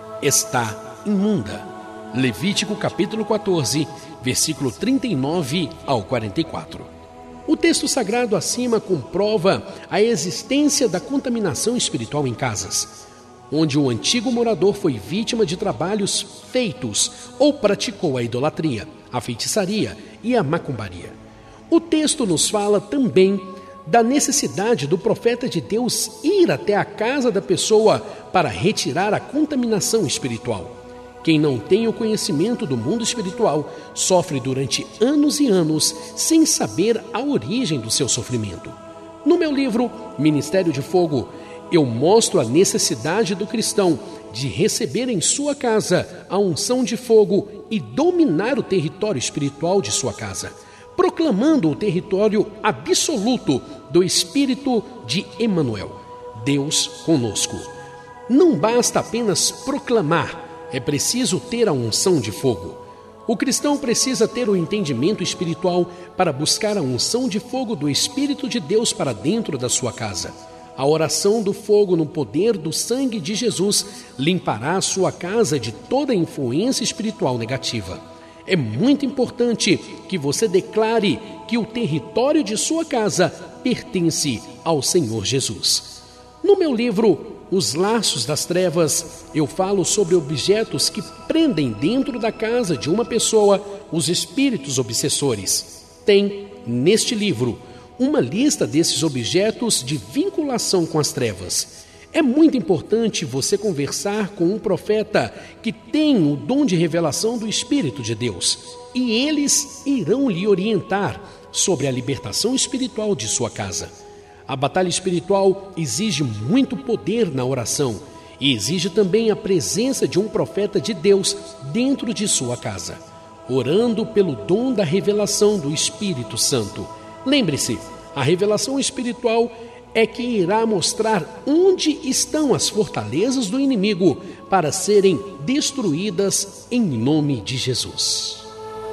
está imunda. Levítico capítulo quatorze, versículo trinta e nove ao quarenta e quatro. O texto sagrado acima comprova a existência da contaminação espiritual em casas, onde o antigo morador foi vítima de trabalhos feitos ou praticou a idolatria, a feitiçaria e a macumbaria. O texto nos fala também da necessidade do profeta de Deus ir até a casa da pessoa para retirar a contaminação espiritual. Quem não tem o conhecimento do mundo espiritual sofre durante anos e anos sem saber a origem do seu sofrimento. No meu livro, Ministério de Fogo, eu mostro a necessidade do cristão de receber em sua casa a unção de fogo e dominar o território espiritual de sua casa, proclamando o território absoluto do Espírito de Emanuel, Deus conosco. Não basta apenas proclamar, é preciso ter a unção de fogo. O cristão precisa ter o entendimento espiritual para buscar a unção de fogo do Espírito de Deus para dentro da sua casa. A oração do fogo no poder do sangue de Jesus limpará a sua casa de toda influência espiritual negativa. É muito importante que você declare que o território de sua casa pertence ao Senhor Jesus. No meu livro, Os Laços das Trevas, eu falo sobre objetos que prendem dentro da casa de uma pessoa os espíritos obsessores. Tem, neste livro, uma lista desses objetos de vinculação com as trevas. É muito importante você conversar com um profeta que tem o dom de revelação do Espírito de Deus, e eles irão lhe orientar sobre a libertação espiritual de sua casa. A batalha espiritual exige muito poder na oração e exige também a presença de um profeta de Deus dentro de sua casa, orando pelo dom da revelação do Espírito Santo. Lembre-se, a revelação espiritual é que irá mostrar onde estão as fortalezas do inimigo para serem destruídas em nome de Jesus.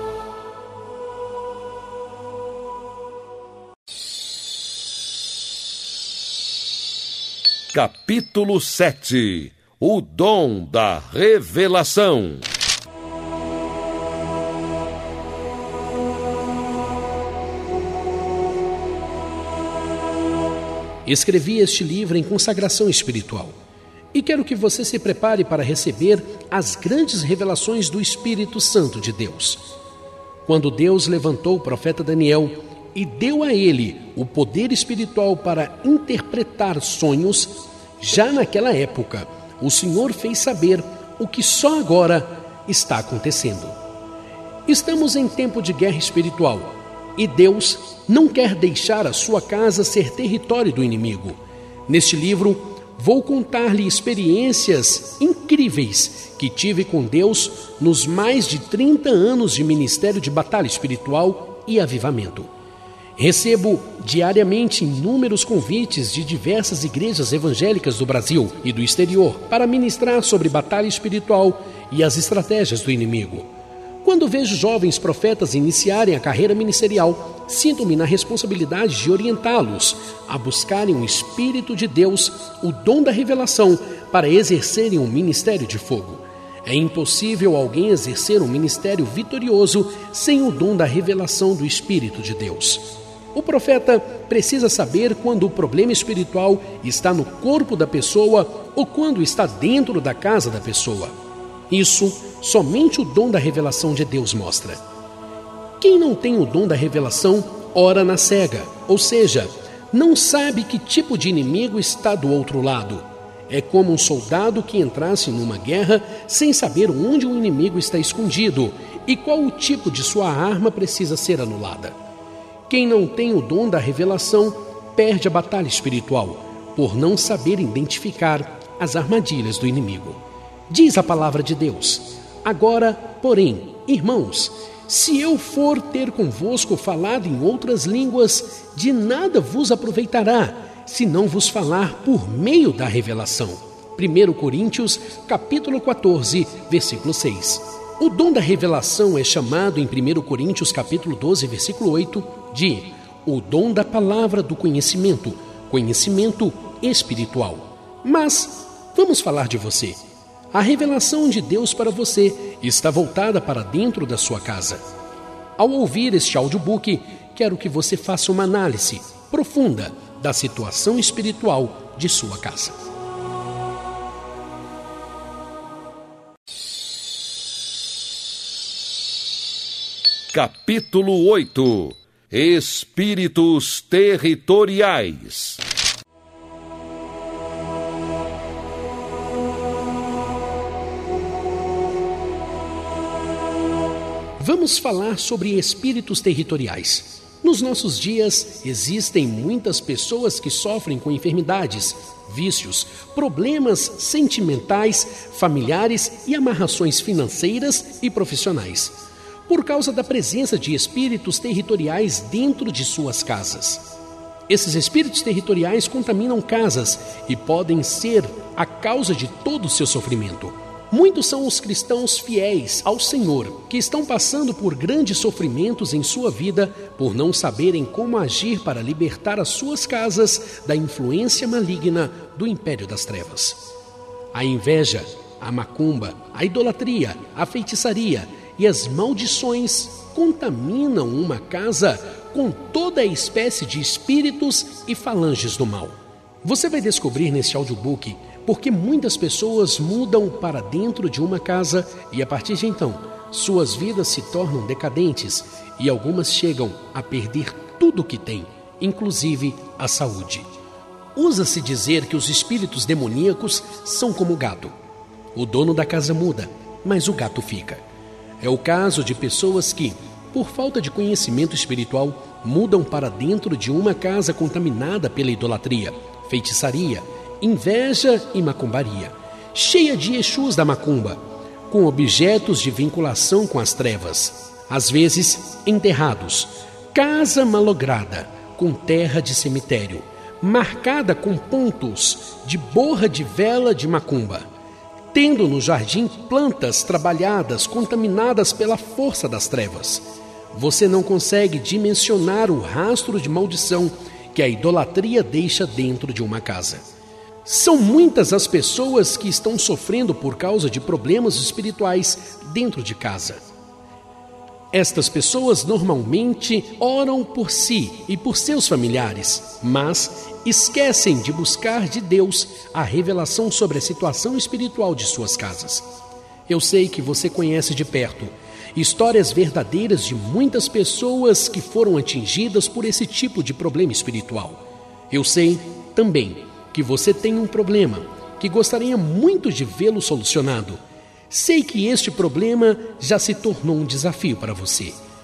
Capítulo sete. O dom da revelação. Escrevi este livro em consagração espiritual e quero que você se prepare para receber as grandes revelações do Espírito Santo de Deus. Quando Deus levantou o profeta Daniel e deu a ele o poder espiritual para interpretar sonhos, já naquela época, o Senhor fez saber o que só agora está acontecendo. Estamos em tempo de guerra espiritual. E Deus não quer deixar a sua casa ser território do inimigo. Neste livro, vou contar-lhe experiências incríveis que tive com Deus nos mais de trinta anos de ministério de batalha espiritual e avivamento. Recebo diariamente inúmeros convites de diversas igrejas evangélicas do Brasil e do exterior para ministrar sobre batalha espiritual e as estratégias do inimigo. Quando vejo jovens profetas iniciarem a carreira ministerial, sinto-me na responsabilidade de orientá-los a buscarem o Espírito de Deus, o dom da revelação, para exercerem um ministério de fogo. É impossível alguém exercer um ministério vitorioso sem o dom da revelação do Espírito de Deus. O profeta precisa saber quando o problema espiritual está no corpo da pessoa ou quando está dentro da casa da pessoa. Isso somente o dom da revelação de Deus mostra. Quem não tem o dom da revelação, ora na cega, ou seja, não sabe que tipo de inimigo está do outro lado. É como um soldado que entrasse numa guerra sem saber onde o inimigo está escondido e qual o tipo de sua arma precisa ser anulada. Quem não tem o dom da revelação perde a batalha espiritual, por não saber identificar as armadilhas do inimigo. Diz a palavra de Deus: agora, porém, irmãos, se eu for ter convosco falado em outras línguas, de nada vos aproveitará, se não vos falar por meio da revelação. primeira Coríntios, capítulo quatorze, versículo seis. O dom da revelação é chamado em primeira Coríntios, capítulo doze, versículo oito, de o dom da palavra do conhecimento, conhecimento espiritual. Mas vamos falar de você. A revelação de Deus para você está voltada para dentro da sua casa. Ao ouvir este audiobook, quero que você faça uma análise profunda da situação espiritual de sua casa. Capítulo oito. Espíritos territoriais. Vamos falar sobre espíritos territoriais. Nos nossos dias, existem muitas pessoas que sofrem com enfermidades, vícios, problemas sentimentais, familiares e amarrações financeiras e profissionais, por causa da presença de espíritos territoriais dentro de suas casas. Esses espíritos territoriais contaminam casas e podem ser a causa de todo o seu sofrimento. Muitos são os cristãos fiéis ao Senhor que estão passando por grandes sofrimentos em sua vida por não saberem como agir para libertar as suas casas da influência maligna do império das trevas. A inveja, a macumba, a idolatria, a feitiçaria e as maldições contaminam uma casa com toda a espécie de espíritos e falanges do mal. Você vai descobrir neste audiobook porque muitas pessoas mudam para dentro de uma casa e, a partir de então, suas vidas se tornam decadentes e algumas chegam a perder tudo o que têm, inclusive a saúde. Usa-se dizer que os espíritos demoníacos são como o gato. O dono da casa muda, mas o gato fica. É o caso de pessoas que, por falta de conhecimento espiritual, mudam para dentro de uma casa contaminada pela idolatria, feitiçaria, inveja e macumbaria, cheia de exus da macumba, com objetos de vinculação com as trevas, às vezes enterrados, casa malograda, com terra de cemitério, marcada com pontos de borra de vela de macumba, tendo no jardim plantas trabalhadas contaminadas pela força das trevas. Você não consegue dimensionar o rastro de maldição que a idolatria deixa dentro de uma casa. São muitas as pessoas que estão sofrendo por causa de problemas espirituais dentro de casa. Estas pessoas normalmente oram por si e por seus familiares, mas esquecem de buscar de Deus a revelação sobre a situação espiritual de suas casas. Eu sei que você conhece de perto histórias verdadeiras de muitas pessoas que foram atingidas por esse tipo de problema espiritual. Eu sei também que você tem um problema, que gostaria muito de vê-lo solucionado. Sei que este problema já se tornou um desafio para você.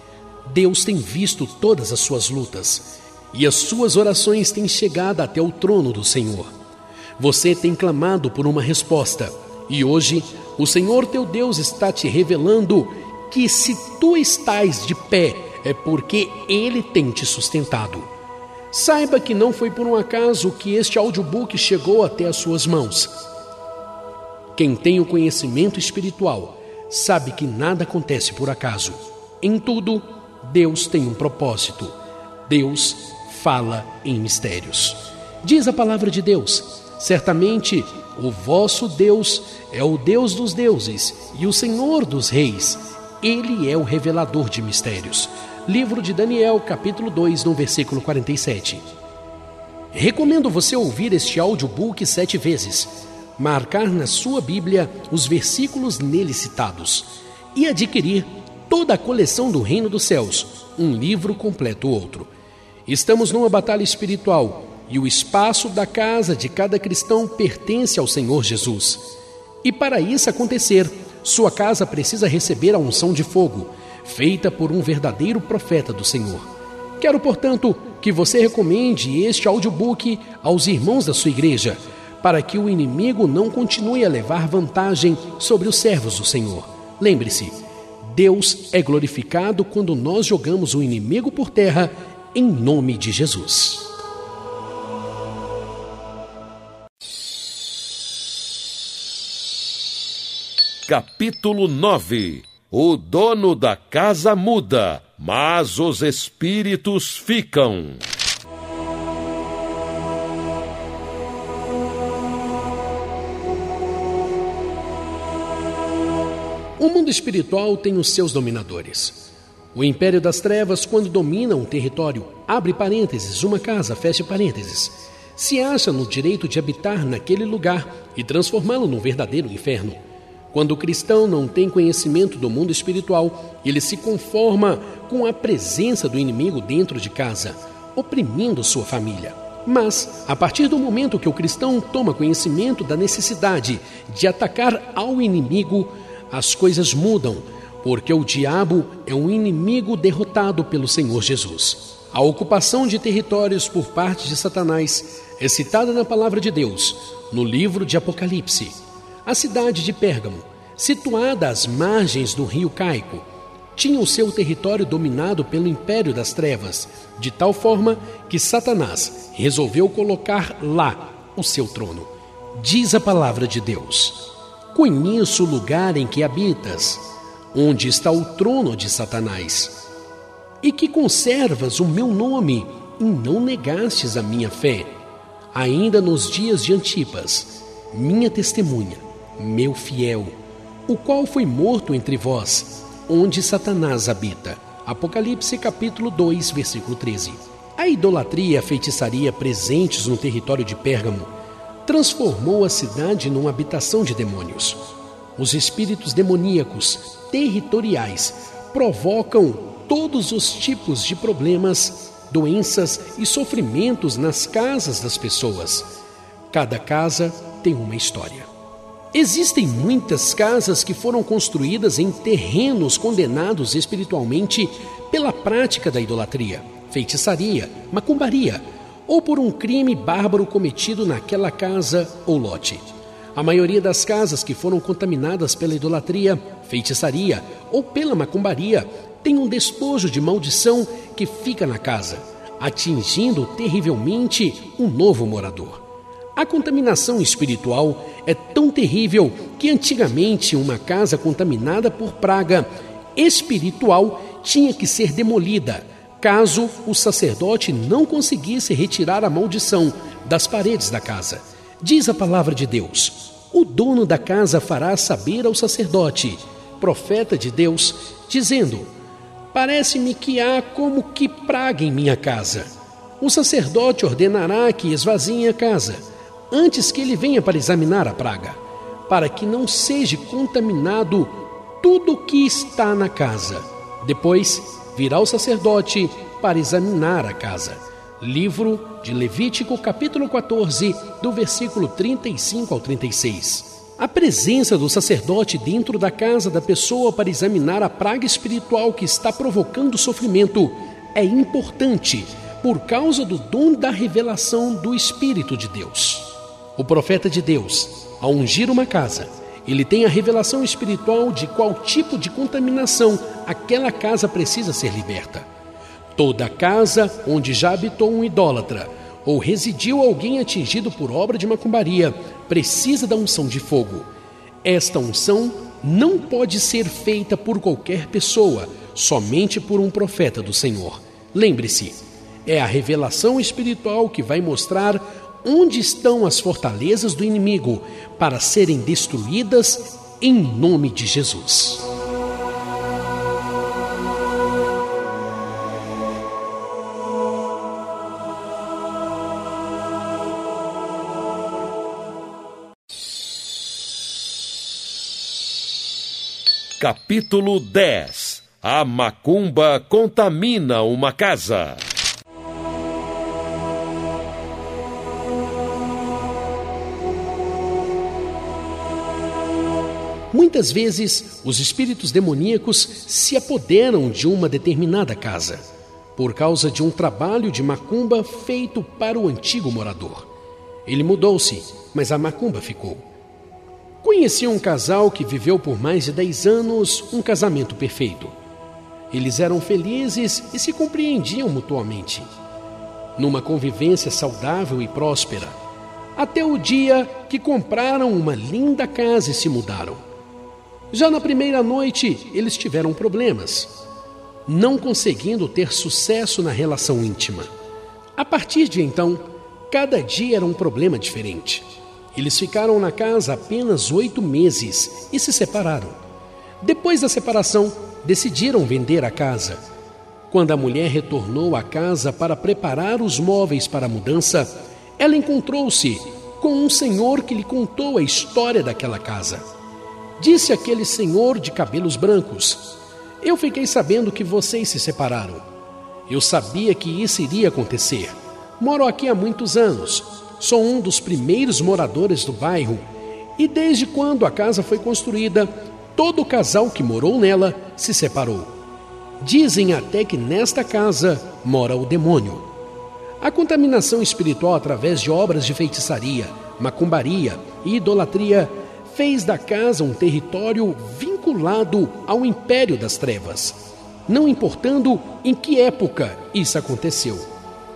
Deus tem visto todas as suas lutas e as suas orações têm chegado até o trono do Senhor. Você tem clamado por uma resposta e hoje o Senhor teu Deus está te revelando que se tu estás de pé é porque Ele tem te sustentado. Saiba que não foi por um acaso que este audiobook chegou até as suas mãos. Quem tem o conhecimento espiritual sabe que nada acontece por acaso. Em tudo, Deus tem um propósito. Deus fala em mistérios. Diz a palavra de Deus: certamente o vosso Deus é o Deus dos deuses e o Senhor dos reis. Ele é o revelador de mistérios. Livro de Daniel, capítulo dois, no versículo quarenta e sete. Recomendo você ouvir este audiobook sete vezes, marcar na sua Bíblia os versículos nele citados e adquirir toda a coleção do Reino dos Céus, um livro completa o outro. Estamos numa batalha espiritual e o espaço da casa de cada cristão pertence ao Senhor Jesus. E para isso acontecer, sua casa precisa receber a unção de fogo, feita por um verdadeiro profeta do Senhor. Quero, portanto, que você recomende este audiobook aos irmãos da sua igreja, para que o inimigo não continue a levar vantagem sobre os servos do Senhor. Lembre-se, Deus é glorificado quando nós jogamos o inimigo por terra em nome de Jesus. Capítulo nove. O dono da casa muda, mas os espíritos ficam. O mundo espiritual tem os seus dominadores. O império das trevas, quando domina um território, abre parênteses, uma casa, fecha parênteses, se acha no direito de habitar naquele lugar e transformá-lo num verdadeiro inferno. Quando o cristão não tem conhecimento do mundo espiritual, ele se conforma com a presença do inimigo dentro de casa, oprimindo sua família. Mas, a partir do momento que o cristão toma conhecimento da necessidade de atacar ao inimigo, as coisas mudam, porque o diabo é um inimigo derrotado pelo Senhor Jesus. A ocupação de territórios por parte de Satanás é citada na palavra de Deus, no livro de Apocalipse. A cidade de Pérgamo, situada às margens do rio Caico, tinha o seu território dominado pelo império das trevas, de tal forma que Satanás resolveu colocar lá o seu trono. Diz a palavra de Deus: conheço o lugar em que habitas, onde está o trono de Satanás, e que conservas o meu nome e não negastes a minha fé, ainda nos dias de Antipas, minha testemunha, meu fiel, o qual foi morto entre vós, onde Satanás habita. Apocalipse capítulo dois, versículo treze. A idolatria e a feitiçaria presentes no território de Pérgamo transformou a cidade numa habitação de demônios. Os espíritos demoníacos territoriais provocam todos os tipos de problemas, doenças e sofrimentos nas casas das pessoas. Cada casa tem uma história. Existem muitas casas que foram construídas em terrenos condenados espiritualmente pela prática da idolatria, feitiçaria, macumbaria, ou por um crime bárbaro cometido naquela casa ou lote. A maioria das casas que foram contaminadas pela idolatria, feitiçaria ou pela macumbaria tem um despojo de maldição que fica na casa, atingindo terrivelmente um novo morador. A contaminação espiritual é tão terrível que antigamente uma casa contaminada por praga espiritual tinha que ser demolida, caso o sacerdote não conseguisse retirar a maldição das paredes da casa. Diz a palavra de Deus: o dono da casa fará saber ao sacerdote, profeta de Deus, dizendo: parece-me que há como que praga em minha casa. O sacerdote ordenará que esvaziem a casa, antes que ele venha para examinar a praga, para que não seja contaminado tudo o que está na casa. Depois virá o sacerdote para examinar a casa. Livro de Levítico, capítulo quatorze, do versículo trinta e cinco ao trinta e seis. A presença do sacerdote dentro da casa da pessoa para examinar a praga espiritual que está provocando sofrimento é importante por causa do dom da revelação do Espírito de Deus. O profeta de Deus, ao ungir uma casa, ele tem a revelação espiritual de qual tipo de contaminação aquela casa precisa ser liberta. Toda casa onde já habitou um idólatra ou residiu alguém atingido por obra de macumbaria precisa da unção de fogo. Esta unção não pode ser feita por qualquer pessoa, somente por um profeta do Senhor. Lembre-se, é a revelação espiritual que vai mostrar onde estão as fortalezas do inimigo para serem destruídas em nome de Jesus. Capítulo dez. A macumba contamina uma casa. Muitas vezes, os espíritos demoníacos se apoderam de uma determinada casa, por causa de um trabalho de macumba feito para o antigo morador. Ele mudou-se, mas a macumba ficou. Conheci um casal que viveu por mais de dez anos um casamento perfeito. Eles eram felizes e se compreendiam mutuamente, numa convivência saudável e próspera, até o dia que compraram uma linda casa e se mudaram. Já na primeira noite, eles tiveram problemas, não conseguindo ter sucesso na relação íntima. A partir de então, cada dia era um problema diferente. Eles ficaram na casa apenas oito meses e se separaram. Depois da separação, decidiram vender a casa. Quando a mulher retornou à casa para preparar os móveis para a mudança, ela encontrou-se com um senhor que lhe contou a história daquela casa. Disse aquele senhor de cabelos brancos: "Eu fiquei sabendo que vocês se separaram. Eu sabia que isso iria acontecer. Moro aqui há muitos anos. Sou um dos primeiros moradores do bairro e desde quando a casa foi construída, todo o casal que morou nela se separou. Dizem até que nesta casa mora o demônio. A contaminação espiritual através de obras de feitiçaria, macumbaria e idolatria fez da casa um território vinculado ao império das trevas, não importando em que época isso aconteceu.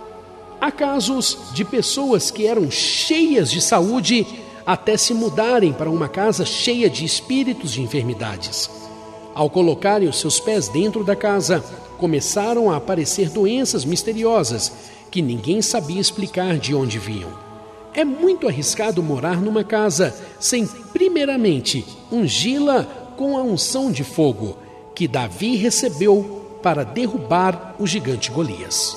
Há casos de pessoas que eram cheias de saúde até se mudarem para uma casa cheia de espíritos de enfermidades. Ao colocarem os seus pés dentro da casa, começaram a aparecer doenças misteriosas que ninguém sabia explicar de onde vinham. É muito arriscado morar numa casa sem, primeiramente, ungí-la com a unção de fogo que Davi recebeu para derrubar o gigante Golias.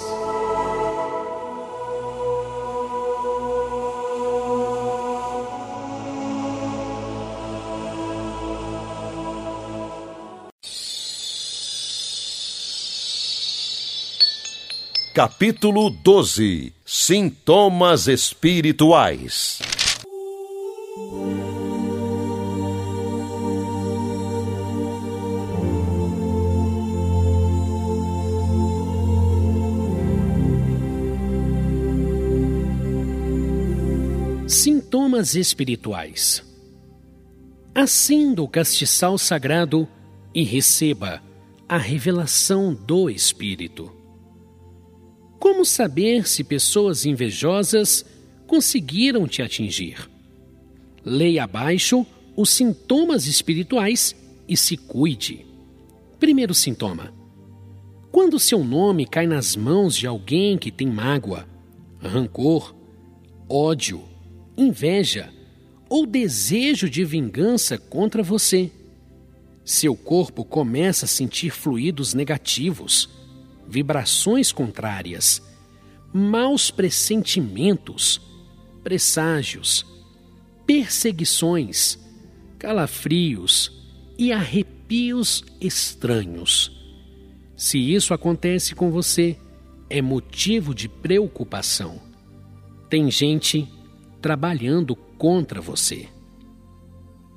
Capítulo doze. Sintomas espirituais. Sintomas espirituais. Acenda o castiçal sagrado e receba a revelação do Espírito. Como saber se pessoas invejosas conseguiram te atingir? Leia abaixo os sintomas espirituais e se cuide. Primeiro sintoma: quando seu nome cai nas mãos de alguém que tem mágoa, rancor, ódio, inveja ou desejo de vingança contra você. Seu corpo começa a sentir fluidos negativos, vibrações contrárias, maus pressentimentos, presságios, perseguições, calafrios e arrepios estranhos. Se isso acontece com você, é motivo de preocupação. Tem gente trabalhando contra você.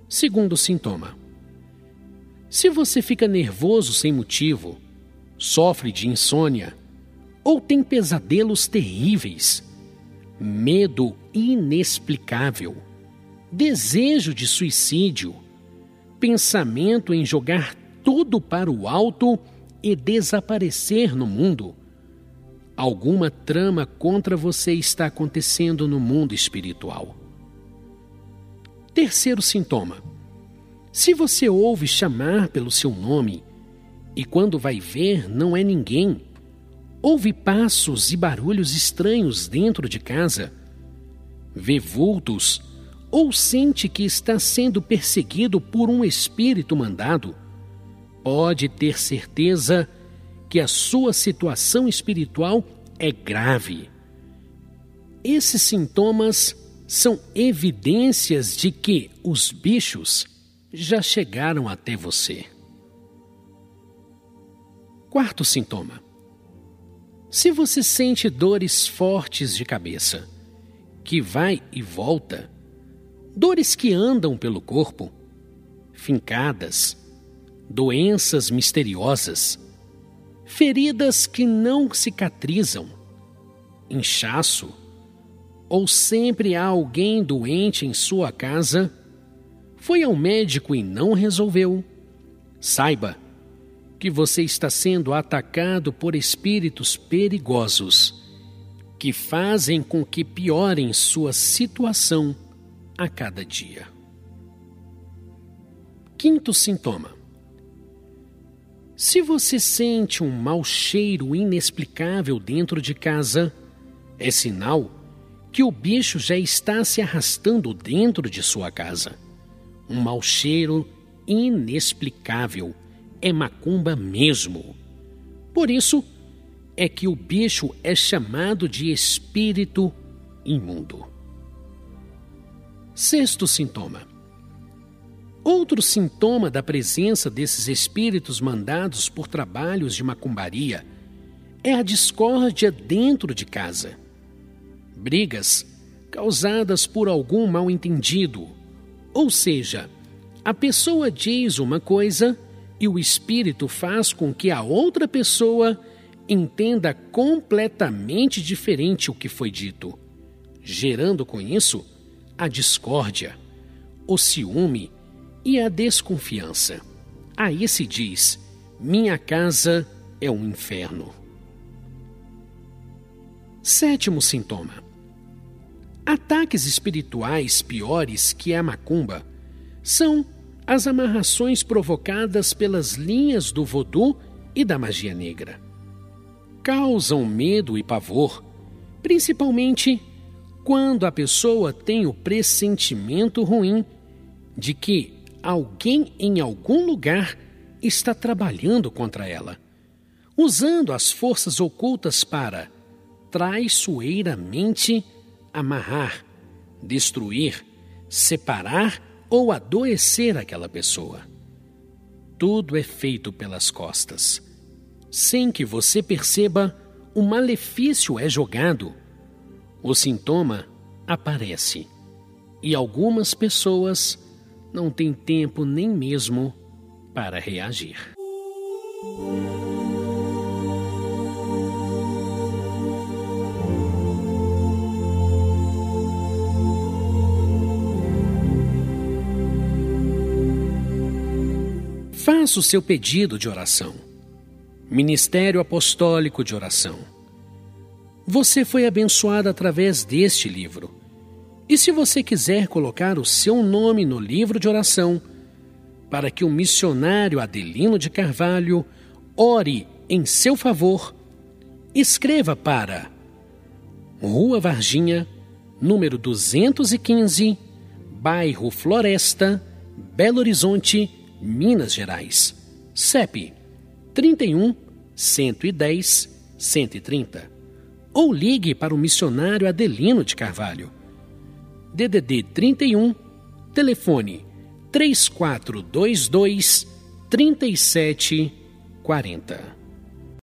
Segundo sintoma: se você fica nervoso sem motivo, sofre de insônia ou tem pesadelos terríveis, medo inexplicável, desejo de suicídio, pensamento em jogar tudo para o alto e desaparecer no mundo, alguma trama contra você está acontecendo no mundo espiritual. Terceiro sintoma: se você ouve chamar pelo seu nome e quando vai ver não é ninguém, ouve passos e barulhos estranhos dentro de casa, vê vultos ou sente que está sendo perseguido por um espírito mandado, pode ter certeza que a sua situação espiritual é grave. Esses sintomas são evidências de que os bichos já chegaram até você. Quarto sintoma: se você sente dores fortes de cabeça, que vai e volta, dores que andam pelo corpo, fincadas, doenças misteriosas, feridas que não cicatrizam, inchaço, ou sempre há alguém doente em sua casa, foi ao médico e não resolveu, saiba que você está sendo atacado por espíritos perigosos que fazem com que piorem sua situação a cada dia. Quinto sintoma: se você sente um mau cheiro inexplicável dentro de casa, é sinal que o bicho já está se arrastando dentro de sua casa. Um mau cheiro inexplicável é macumba mesmo. Por isso é que o bicho é chamado de espírito imundo. Sexto sintoma: outro sintoma da presença desses espíritos mandados por trabalhos de macumbaria é a discórdia dentro de casa. Brigas causadas por algum mal-entendido, ou seja, a pessoa diz uma coisa e o espírito faz com que a outra pessoa entenda completamente diferente o que foi dito, gerando com isso a discórdia, o ciúme e a desconfiança. Aí se diz: minha casa é um inferno. Sétimo sintoma: ataques espirituais piores que a macumba são as amarrações provocadas pelas linhas do vodú e da magia negra. Causam medo e pavor, principalmente quando a pessoa tem o pressentimento ruim de que alguém em algum lugar está trabalhando contra ela, usando as forças ocultas para traiçoeiramente amarrar, destruir, separar ou adoecer aquela pessoa. Tudo é feito pelas costas. Sem que você perceba, o malefício é jogado. O sintoma aparece e algumas pessoas não têm tempo nem mesmo para reagir. Faça o seu pedido de oração. Ministério Apostólico de Oração. Você foi abençoado através deste livro. E se você quiser colocar o seu nome no livro de oração, para que o missionário Adelino de Carvalho ore em seu favor, escreva para Rua Varginha, número duzentos e quinze, bairro Floresta, Belo Horizonte, Minas Gerais. C E P trinta e um, cento e dez, cento e trinta. Ou ligue para o missionário Adelino de Carvalho. D D D trinta e um, telefone três quatro dois dois, três sete quatro zero.